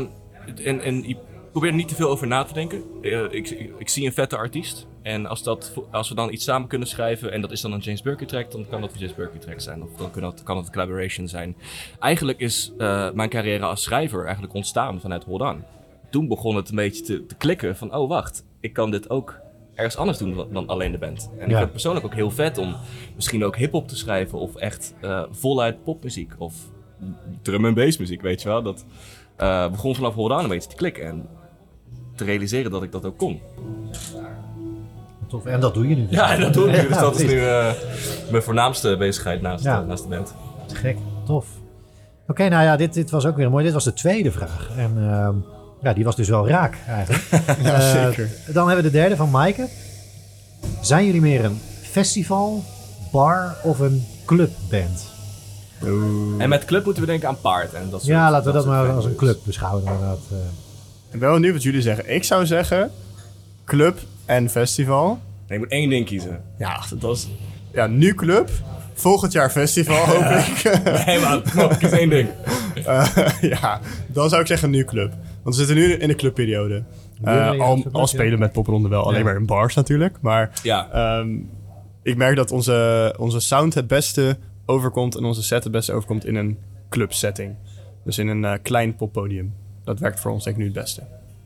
en ik probeer er niet te veel over na te denken. Ik zie een vette artiest. En als we dan iets samen kunnen schrijven en dat is dan een James Burke track, dan kan dat een James Burke track zijn. Of dan kan het een collaboration zijn. Eigenlijk is mijn carrière als schrijver eigenlijk ontstaan vanuit Hold On. Toen begon het een beetje te klikken van, oh wacht, ik kan dit ook ergens anders doen dan alleen de band. En ik vind het persoonlijk ook heel vet om misschien ook hip-hop te schrijven of echt voluit popmuziek of drum and bass muziek, weet je wel. Dat begon vanaf Hold On een beetje te klikken en te realiseren dat ik dat ook kon. Tof. En dat doe je nu. Dus. Ja, dat doe ik nu. Dus dat is precies. nu mijn voornaamste bezigheid naast de band. Gek, tof. Oké, nou ja, dit was ook weer mooi. Dit was de tweede vraag. En die was dus wel raak eigenlijk. Ja, zeker. Dan hebben we de derde van Maaike. Zijn jullie meer een festival, bar of een clubband? En met club moeten we denken aan paard. En dat soort, Ja, laten we dat soort maar als een venues. club beschouwen. Inderdaad. Ik ben wel benieuwd wat jullie zeggen. Ik zou zeggen club en festival. Nee, je moet één ding kiezen. Ja, dat is... Ja, nu club. Volgend jaar festival, hoop ik. Nee man, kom op, kies één ding. Ja, dan zou ik zeggen nu club. Want we zitten nu in de clubperiode. Al spelen met popronde wel. Alleen maar in bars natuurlijk. Maar Ja. ik merk dat onze sound het beste overkomt en onze set het beste overkomt in een clubsetting. Dus in een klein poppodium. Dat werkt voor ons denk ik nu het beste.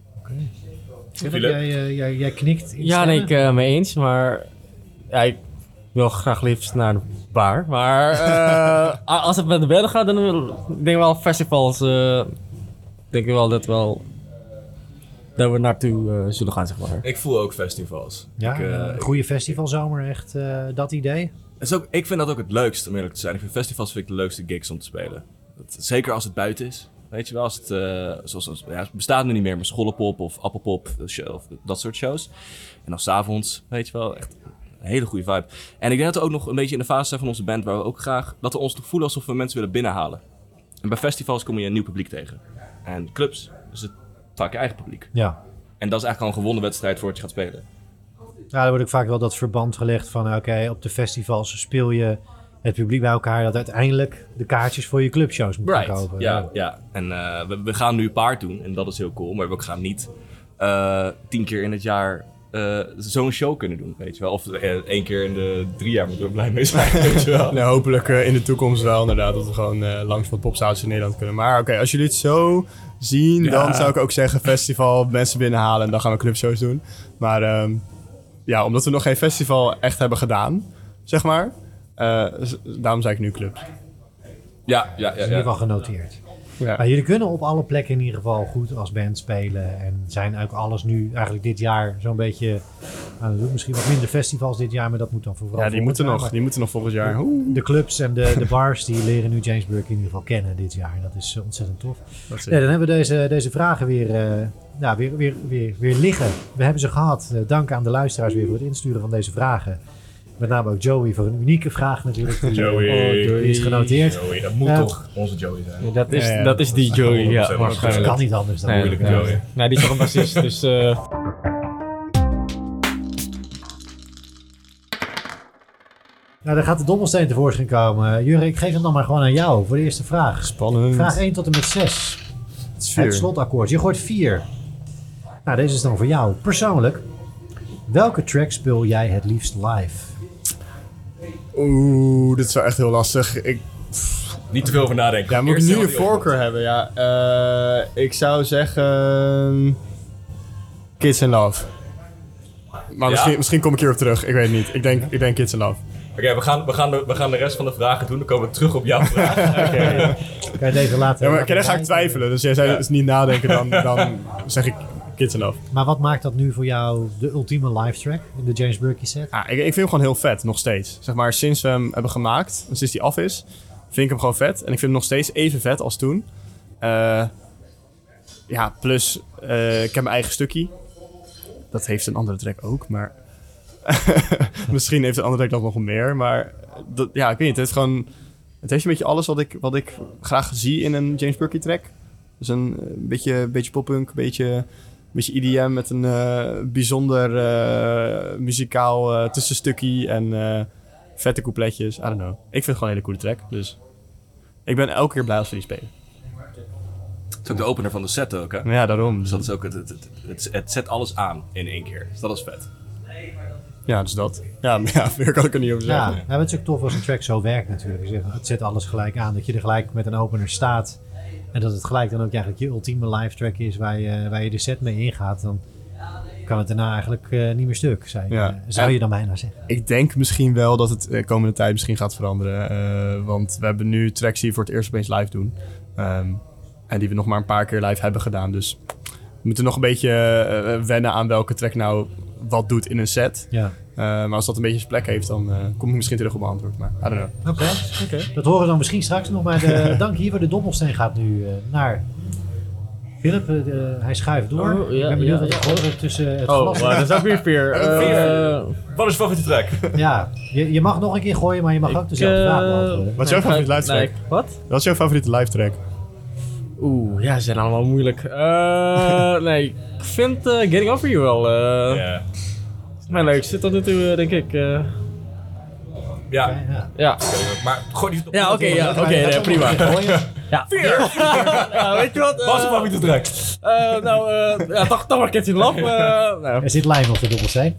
Jij knikt. Ja, nee, ik mee eens, maar ja, ik wil graag liefst naar de bar. Maar als het met de band gaat, dan denk ik wel festivals denk ik wel dat we naartoe zullen gaan, zeg maar. Ik voel ook festivals. Ja, een goede festivalzomer, echt dat idee. Ik vind dat ook het leukste, om eerlijk te zijn. Ik vind festivals de leukste gigs om te spelen. Zeker als het buiten is. Weet je wel, als het bestaat nu niet meer, maar Schollepop of Appelpop of dat soort shows. En dan 's avonds, weet je wel, echt een hele goede vibe. En ik denk dat we ook nog een beetje in de fase zijn van onze band, waar we ook graag, dat we ons toch voelen alsof we mensen willen binnenhalen. En bij festivals kom je een nieuw publiek tegen. En clubs is het vaak je eigen publiek. Ja. En dat is eigenlijk al een gewonnen wedstrijd voordat je gaat spelen. Ja, er wordt ook vaak wel dat verband gelegd van oké, op de festivals speel je het publiek bij elkaar dat uiteindelijk de kaartjes voor je clubshows moet gaan kopen. Ja. En we gaan nu een paar doen en dat is heel cool. Maar we gaan niet 10 keer in het jaar zo'n show kunnen doen, weet je wel. Of 1 keer in de 3 jaar moeten we blij mee zijn, weet je wel. Nou, hopelijk in de toekomst wel inderdaad dat we gewoon langs wat popzaaltjes in Nederland kunnen. Maar oké, als jullie het zo zien, dan zou ik ook zeggen festival, mensen binnenhalen en dan gaan we clubshows doen. Maar omdat we nog geen festival echt hebben gedaan, zeg maar. Daarom zei ik nu clubs. Ja. In ieder geval genoteerd. Ja. Maar jullie kunnen op alle plekken in ieder geval goed als band spelen. En zijn ook alles nu eigenlijk dit jaar zo'n beetje aan het doen. Misschien wat minder festivals dit jaar, maar dat moet dan vooral Ja, die moeten nog volgend jaar. De clubs en de bars die leren nu James Burke in ieder geval kennen dit jaar. Dat is ontzettend tof. Dan hebben we deze vragen weer liggen. We hebben ze gehad. Dank aan de luisteraars weer voor het insturen van deze vragen. Met name ook Joey voor een unieke vraag natuurlijk. Die is genoteerd. Joey, dat moet toch onze Joey zijn. Ja, dat is die Joey, ja, Dat waarschijnlijk. kan niet anders dan moeilijke Joey. Nee, die is toch een bassist, dus... Nou, dan gaat de dobbelsteen tevoorschijn komen. Jurre, ik geef hem dan maar gewoon aan jou voor de eerste vraag. Spannend. Vraag 1 tot en met 6. Het is 4. Het slotakkoord. Je gooit 4. Nou, deze is dan voor jou. Persoonlijk, welke track speel jij het liefst live? Oeh, dit is wel echt heel lastig. Niet te veel over nadenken. Ja, moet ik Eerst nu zelf een die voorkeur hebben? Ja, ik zou zeggen... Kids in Love. Maar Ja? misschien kom ik hierop terug. Ik weet het niet. Ik denk Kids in Love. Oké, we gaan de rest van de vragen doen. Dan komen we terug op jouw vraag. Kan je deze laten... Ja, maar dan ga ik twijfelen. Dus jij zei dus niet nadenken, dan zeg ik Kids in Love. Maar wat maakt dat nu voor jou de ultieme live track in de James Burke set? Ja, ik vind hem gewoon heel vet, nog steeds. Zeg maar, sinds we hem hebben gemaakt, en sinds die af is, vind ik hem gewoon vet. En ik vind hem nog steeds even vet als toen. Plus ik heb mijn eigen stukje. Dat heeft een andere track ook, maar... Misschien heeft een andere track nog meer, maar... ik weet niet, het heeft een beetje alles wat ik graag zie in een James Burke track. Dus een beetje poppunk, een beetje EDM met een bijzonder muzikaal tussenstukje en vette coupletjes. I don't know. Ik vind het gewoon een hele coole track, dus ik ben elke keer blij als we die spelen. Het is ook de opener van de set ook, hè? Ja, daarom. Dus dat is ook het zet alles aan in 1 keer. Dus dat is vet. Ja, dus dat. Ja, meer kan ik er niet over zeggen. Ja, het is ook tof als een track zo werkt natuurlijk. Je zegt, het zet alles gelijk aan. Dat je er gelijk met een opener staat. En dat het gelijk dan ook eigenlijk je ultieme live track is waar je de set mee ingaat. Dan kan het daarna eigenlijk niet meer stuk. Zou je dan bijna zeggen. Ik denk misschien wel dat het de komende tijd misschien gaat veranderen. Want we hebben nu tracks die we voor het eerst opeens live doen. En die we nog maar een paar keer live hebben gedaan. Dus we moeten nog een beetje wennen aan welke track nou wat doet in een set. Ja. Maar als dat een beetje zijn plek heeft, dan kom ik misschien terug op mijn antwoord. Maar I don't know. Oké. Dat horen we dan misschien straks nog. Maar de dank hiervoor. De dobbelsteen gaat nu naar Philip. Hij schuift door. Oh, ja, ik ben benieuwd ja, wat er hoort tussen het Oh, glas. maar dat is ook weer 4. Wat is je favoriete track? Ja, je mag nog een keer gooien, maar je mag ook dezelfde vraag beantwoorden. Wat is jouw favoriete live track? Wat? Wat is jouw favoriete live track? Ja, ze zijn allemaal moeilijk. Ik vind Getting Over You wel mijn leukste tot nu toe, denk ik. Ja. Ja. Maar gooi die op. Ja, oké, prima. Ja. 4! Weet je wat? Wat is je favoriete track? Toch maar Kids in Love. Er zit lijm op de dobbelsteen.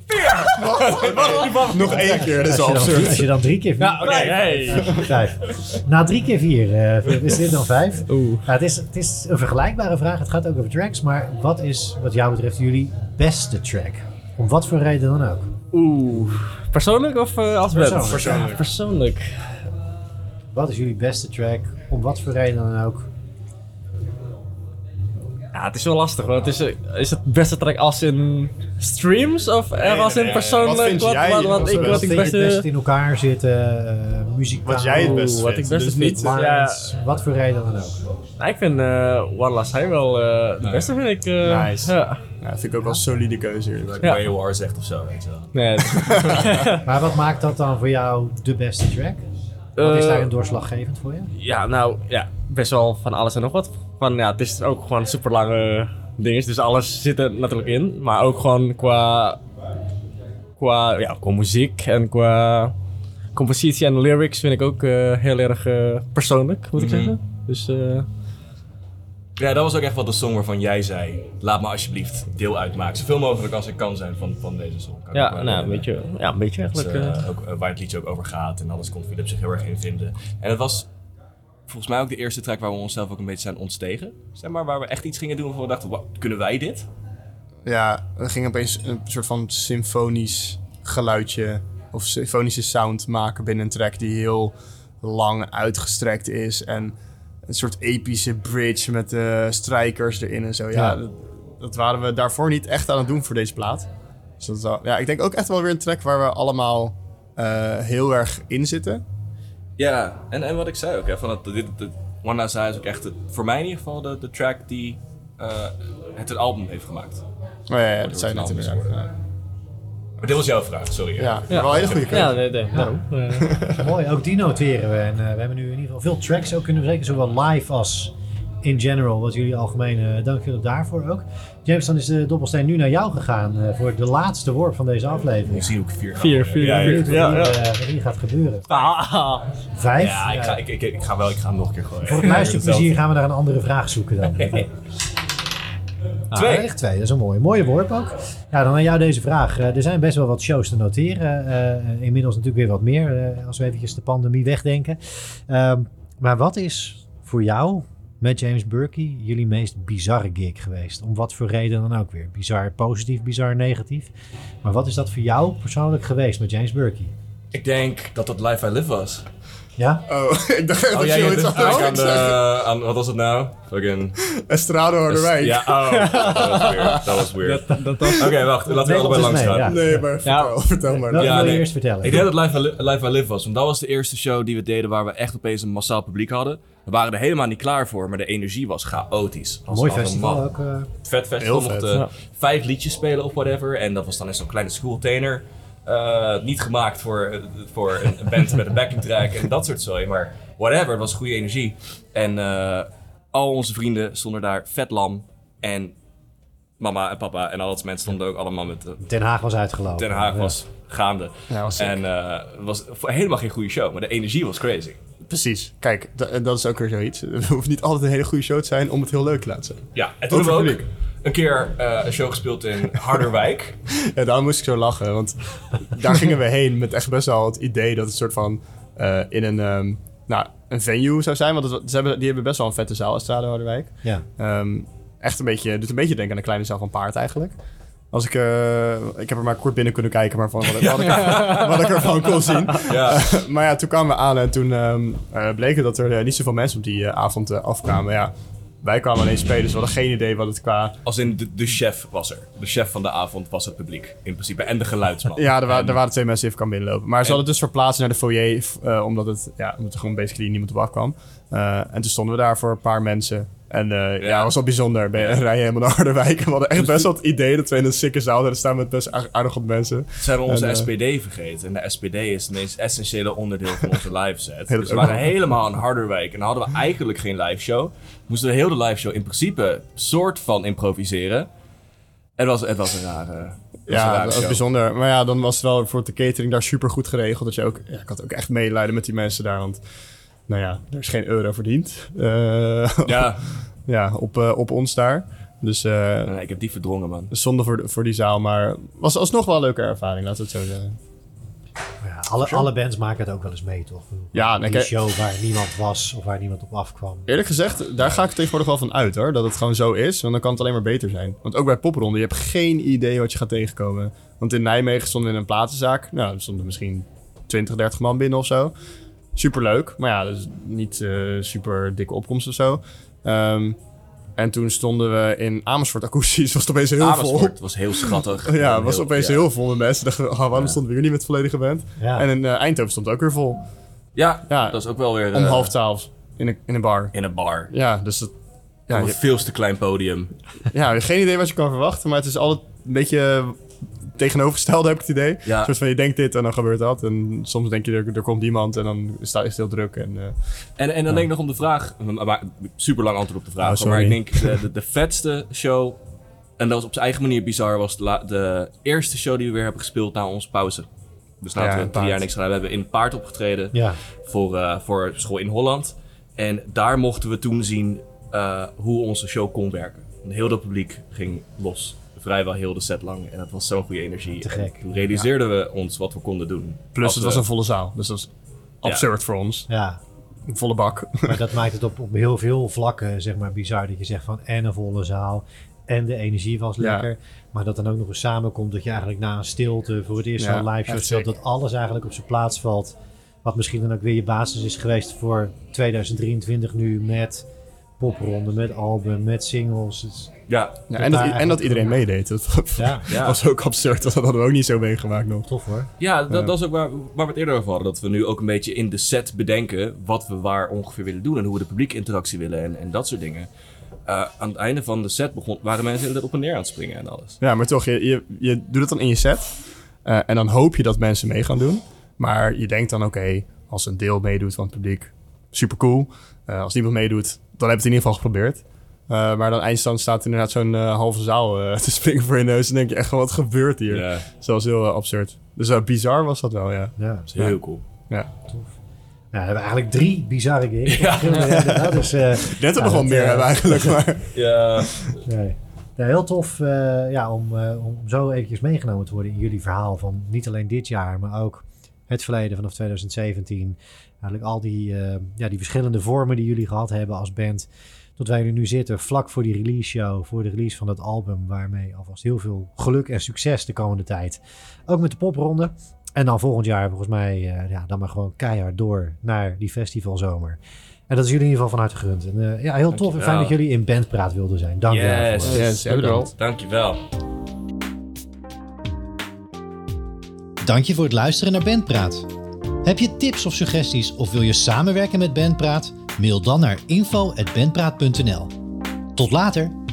Nog 1 keer, dat is wel Als absurd. je dan 3 keer 4... Ja, oké. Hey. 5. Na 3 keer 4 is dit dan 5. Oeh. Het is een vergelijkbare vraag. Het gaat ook over tracks. Maar wat is wat jou betreft jullie beste track? Om wat voor reden dan ook. Persoonlijk of als band? Persoonlijk. Ja, persoonlijk. Wat is jullie beste track? Om wat voor reden dan ook. Ja, het is wel lastig. Want is het beste track als in streams of als in persoonlijk? Wat vind jij? Wat Wat ik vind je het beste... beste in elkaar zitten? Muzikaal? Wat jij het beste wat vindt. ik beste Dus vind. niet, Lines, wat voor reden dan ook. Nou, ik vind One Last High wel de beste, vind ik. Nice. Ja. Ja, vind ik ook wel een solide keuze hier. Like Ja. War zegt of zo, weet je wel. Nee, Maar wat maakt dat dan voor jou de beste track? Wat is daarin doorslaggevend voor je? Ja, nou, ja, best wel van alles en nog wat. Het is ook gewoon super lange dingen, dus alles zit er natuurlijk in. Maar ook gewoon qua muziek en qua compositie en lyrics vind ik ook heel erg persoonlijk, moet ik zeggen. Dus Ja, dat was ook echt wat de song waarvan jij zei, laat me alsjeblieft deel uitmaken. Zoveel mogelijk als ik kan zijn van deze song. Kan ik ook ja, wel, nou, een beetje dus, eigenlijk. ook waar het liedje ook over gaat en alles kon Philip zich heel erg in vinden. En het was volgens mij ook de eerste track waar we onszelf ook een beetje zijn ontstegen. Zeg maar, waar we echt iets gingen doen waarvan we dachten, wow, kunnen wij dit? Ja, er ging opeens een soort van symfonisch geluidje of symfonische sound maken binnen een track die heel lang uitgestrekt is. En een soort epische bridge met strijkers erin en zo. Ja, dat waren we daarvoor niet echt aan het doen voor deze plaat. Dus dat is wel, ja, ik denk ook echt wel weer een track waar we allemaal heel erg in zitten. Ja, en wat ik zei ook, hè, van dit One Last High is ook echt, voor mij in ieder geval, de track die het album heeft gemaakt. Oh ja, dat zei je net inderdaad. Ja. Maar dit was jouw vraag, sorry. Ja, wel een hele goede keuze. Ja, nee, daarom. Mooi, ook die noteren we. En we hebben nu in ieder geval veel tracks ook kunnen bespreken, zowel live als in general. Wat jullie algemeen, dank jullie daarvoor ook. James, dan is de dobbelsteen nu naar jou gegaan voor de laatste worp van deze aflevering. Ik zie hoe ik 4. Ja, Benieuwd ja. wat hier gaat gebeuren. 5? Ja, ik ga hem nog een keer gooien. Voor het luisterplezier gaan we naar een andere vraag zoeken dan. 2. Echt 2, dat is een mooie worp ook. Ja, dan aan jou deze vraag. Er zijn best wel wat shows te noteren. Inmiddels natuurlijk weer wat meer, als we eventjes de pandemie wegdenken. Maar wat is voor jou, met James Burkey, jullie meest bizarre gig geweest? Om wat voor reden dan ook weer. Bizar positief, bizar negatief. Maar wat is dat voor jou persoonlijk geweest met James Burkey? Ik denk dat dat Live I Live was. Ja? Oh, ik dacht echt dat je iets aan anders ging zeggen. aan, wat was het nou? Fucking... Estrado Harderwijk. Ja, dat was weird. Oké, wacht, laten we Neem allebei ons eens langs mee, gaan. ja. Nee, maar vertel maar. Dat Ja, wil je nee. eerst vertellen. Ik denk dat Live I Live was, want dat was de eerste show die we deden waar we echt opeens een massaal publiek hadden. We waren er helemaal niet klaar voor, maar de energie was chaotisch. Mooi Als een festival man. ook. Vet festival, Heel vet. mochten 5 liedjes spelen of whatever. En dat was dan in zo'n kleine schooltainer. Niet gemaakt voor een band met een backing track en dat soort zooi, maar whatever, het was goede energie. En al onze vrienden stonden daar vet lam. En mama en papa en al dat mensen stonden ook allemaal met... Den Haag was uitgelopen. Den Haag was gaande. Ja, was sick. En het was helemaal geen goede show, maar de energie was crazy. Precies. Kijk, dat is ook weer zoiets. Het hoeft niet altijd een hele goede show te zijn om het heel leuk te laten zijn. Ja, en toen hebben we Over ook een keer een show gespeeld in Harderwijk. Ja, daarom moest ik zo lachen, want daar gingen we heen met echt best wel het idee dat het soort van in een venue zou zijn. Want die hebben best wel een vette zaal, Estrado Harderwijk. Ja. Echt doet een beetje denken aan een kleine zaal van Paard eigenlijk. Als ik heb er maar kort binnen kunnen kijken, maar van wat ik ervan kon zien. Ja. Maar ja, toen kwamen we aan en toen bleek dat er niet zoveel mensen op die avond afkwamen. Ja, wij kwamen alleen spelen, dus we hadden geen idee wat het qua... Als in de chef was er. De chef van de avond was het publiek, in principe. En de geluidsman. Ja, er waren 2 mensen die even kan binnenlopen. Maar ze hadden het dus verplaatst naar de foyer, omdat er gewoon basically niemand op afkwam. En toen stonden we daar voor een paar mensen. En het was wel bijzonder. Rij je helemaal naar Harderwijk. En we hadden echt best wel het idee dat we in een sikke zaal zouden staan met best aardig wat mensen. Ze hebben onze En, SPD vergeten. En de SPD is het meest essentiële onderdeel van onze live set. Heel Dus we waren helemaal in Harderwijk. En dan hadden we eigenlijk geen live show. Moesten we heel de live show in principe soort van improviseren. Het was een rare... Ja, dat was bijzonder. Maar ja, dan was het wel voor de catering daar super goed geregeld. Dat je ook, ik had ook echt medelijden met die mensen daar. Want nou ja, er is geen euro verdiend. Ja, Op ons daar. Dus nee, ik heb die verdrongen, man. zonde voor die zaal. Maar was alsnog wel een leuke ervaring, laten we het zo zeggen. Ja, alle bands maken het ook wel eens mee, toch? Ja, die show waar niemand was of waar niemand op afkwam. Eerlijk gezegd, daar ga ik tegenwoordig wel van uit hoor. Dat het gewoon zo is, want dan kan het alleen maar beter zijn. Want ook bij popronde, je hebt geen idee wat je gaat tegenkomen. Want in Nijmegen stonden we in een platenzaak. Nou, er stonden misschien 20, 30 man binnen of zo. Superleuk, maar ja, dat is niet super dikke opkomst of zo. En toen stonden we in Amersfoort akoestisch. Was het opeens heel Amersfoort was heel schattig. vol. Ja, was opeens heel vol met mensen. Dachten we, waarom Ja. stonden we hier niet met volledige band? Ja. En in Eindhoven stond het ook weer vol. Ja, Ja. dat is ook wel weer... Om 11:30 in een bar. In een bar. Ja, dus dat... Ja, Op een je, veel te klein podium. ja, geen idee wat je kan verwachten. Maar het is altijd een beetje tegenovergestelde, heb ik het idee. Ja. Een soort van, je denkt dit en dan gebeurt dat. En soms denk je, er komt iemand en dan is het heel druk. En, En dan denk ik nog om de vraag... Maar super lang antwoord op de vraag. sorry. maar ik denk de vetste show... En dat was op zijn eigen manier bizar... was de eerste show die we weer hebben gespeeld na onze pauze. Dus laten Ja, we in 3 jaar Paard. niks gedaan. We hebben in Paard opgetreden. Ja. Voor school in Holland. En daar mochten we toen zien hoe onze show kon werken. En heel dat publiek ging los. Vrijwel heel de set lang. En dat was zo'n goede energie. Te gek. En toen realiseerden we ons wat we konden doen. plus Als het we- was een volle zaal. Dus dat is absurd voor ons. Ja, Een volle bak. maar dat maakt het op heel veel vlakken zeg maar bizar. Dat je zegt van en een volle zaal en de energie was Ja. lekker. Maar dat dan ook nog eens samenkomt dat je eigenlijk na een stilte voor het eerst Ja, zo'n live show echt speelt. sick. Dat alles eigenlijk op zijn plaats valt. Wat misschien dan ook weer je basis is geweest voor 2023 nu met popronde, met album, met singles. Het is- Ja, Ja, daar en dat iedereen meedeed. Dat ja, ja. was ook absurd. Dat hadden we ook niet zo meegemaakt nog. tof hoor. Ja, dat is ook waar we het eerder over hadden. Dat we nu ook een beetje in de set bedenken wat we waar ongeveer willen doen. En hoe we de publiekinteractie willen en dat soort dingen. Aan het einde van de set waren mensen inderdaad op en neer aan het springen en alles. Ja, maar toch, je doet het dan in je set. En dan hoop je dat mensen mee gaan doen. Maar je denkt dan, oké, als een deel meedoet van het publiek, super cool. Als niemand meedoet, dan heb je het in ieder geval geprobeerd. Maar dan eindstand staat inderdaad zo'n halve zaal te springen voor je neus. En denk je echt, wat gebeurt hier? Ja, Dat was heel absurd. Dus bizar was dat wel, ja. Ja. dat is heel cool. ja. Ja, we hebben eigenlijk 3 bizarre gigs. Ja. Ja, dus, Net ook Ja, nog wel dat, meer hebben eigenlijk. Maar Ja, nee. Ja, heel tof om zo eventjes meegenomen te worden in jullie verhaal van niet alleen dit jaar, maar ook het verleden vanaf 2017. Eigenlijk al die verschillende vormen die jullie gehad hebben als band. Tot wij er nu zitten, vlak voor die release show, voor de release van dat album. Waarmee alvast heel veel geluk en succes de komende tijd. Ook met de popronde. En dan volgend jaar volgens mij dan maar gewoon keihard door naar die festivalzomer. En dat is jullie in ieder geval van harte gegund. En heel tof en fijn dat jullie in Bandpraat wilden zijn. Dank je wel. yes. voor. Yes, hebben we er al. Dankjewel. Dank je voor het luisteren naar Bandpraat. Heb je tips of suggesties of wil je samenwerken met Bandpraat? Mail dan naar info@bandpraat.nl. Tot later!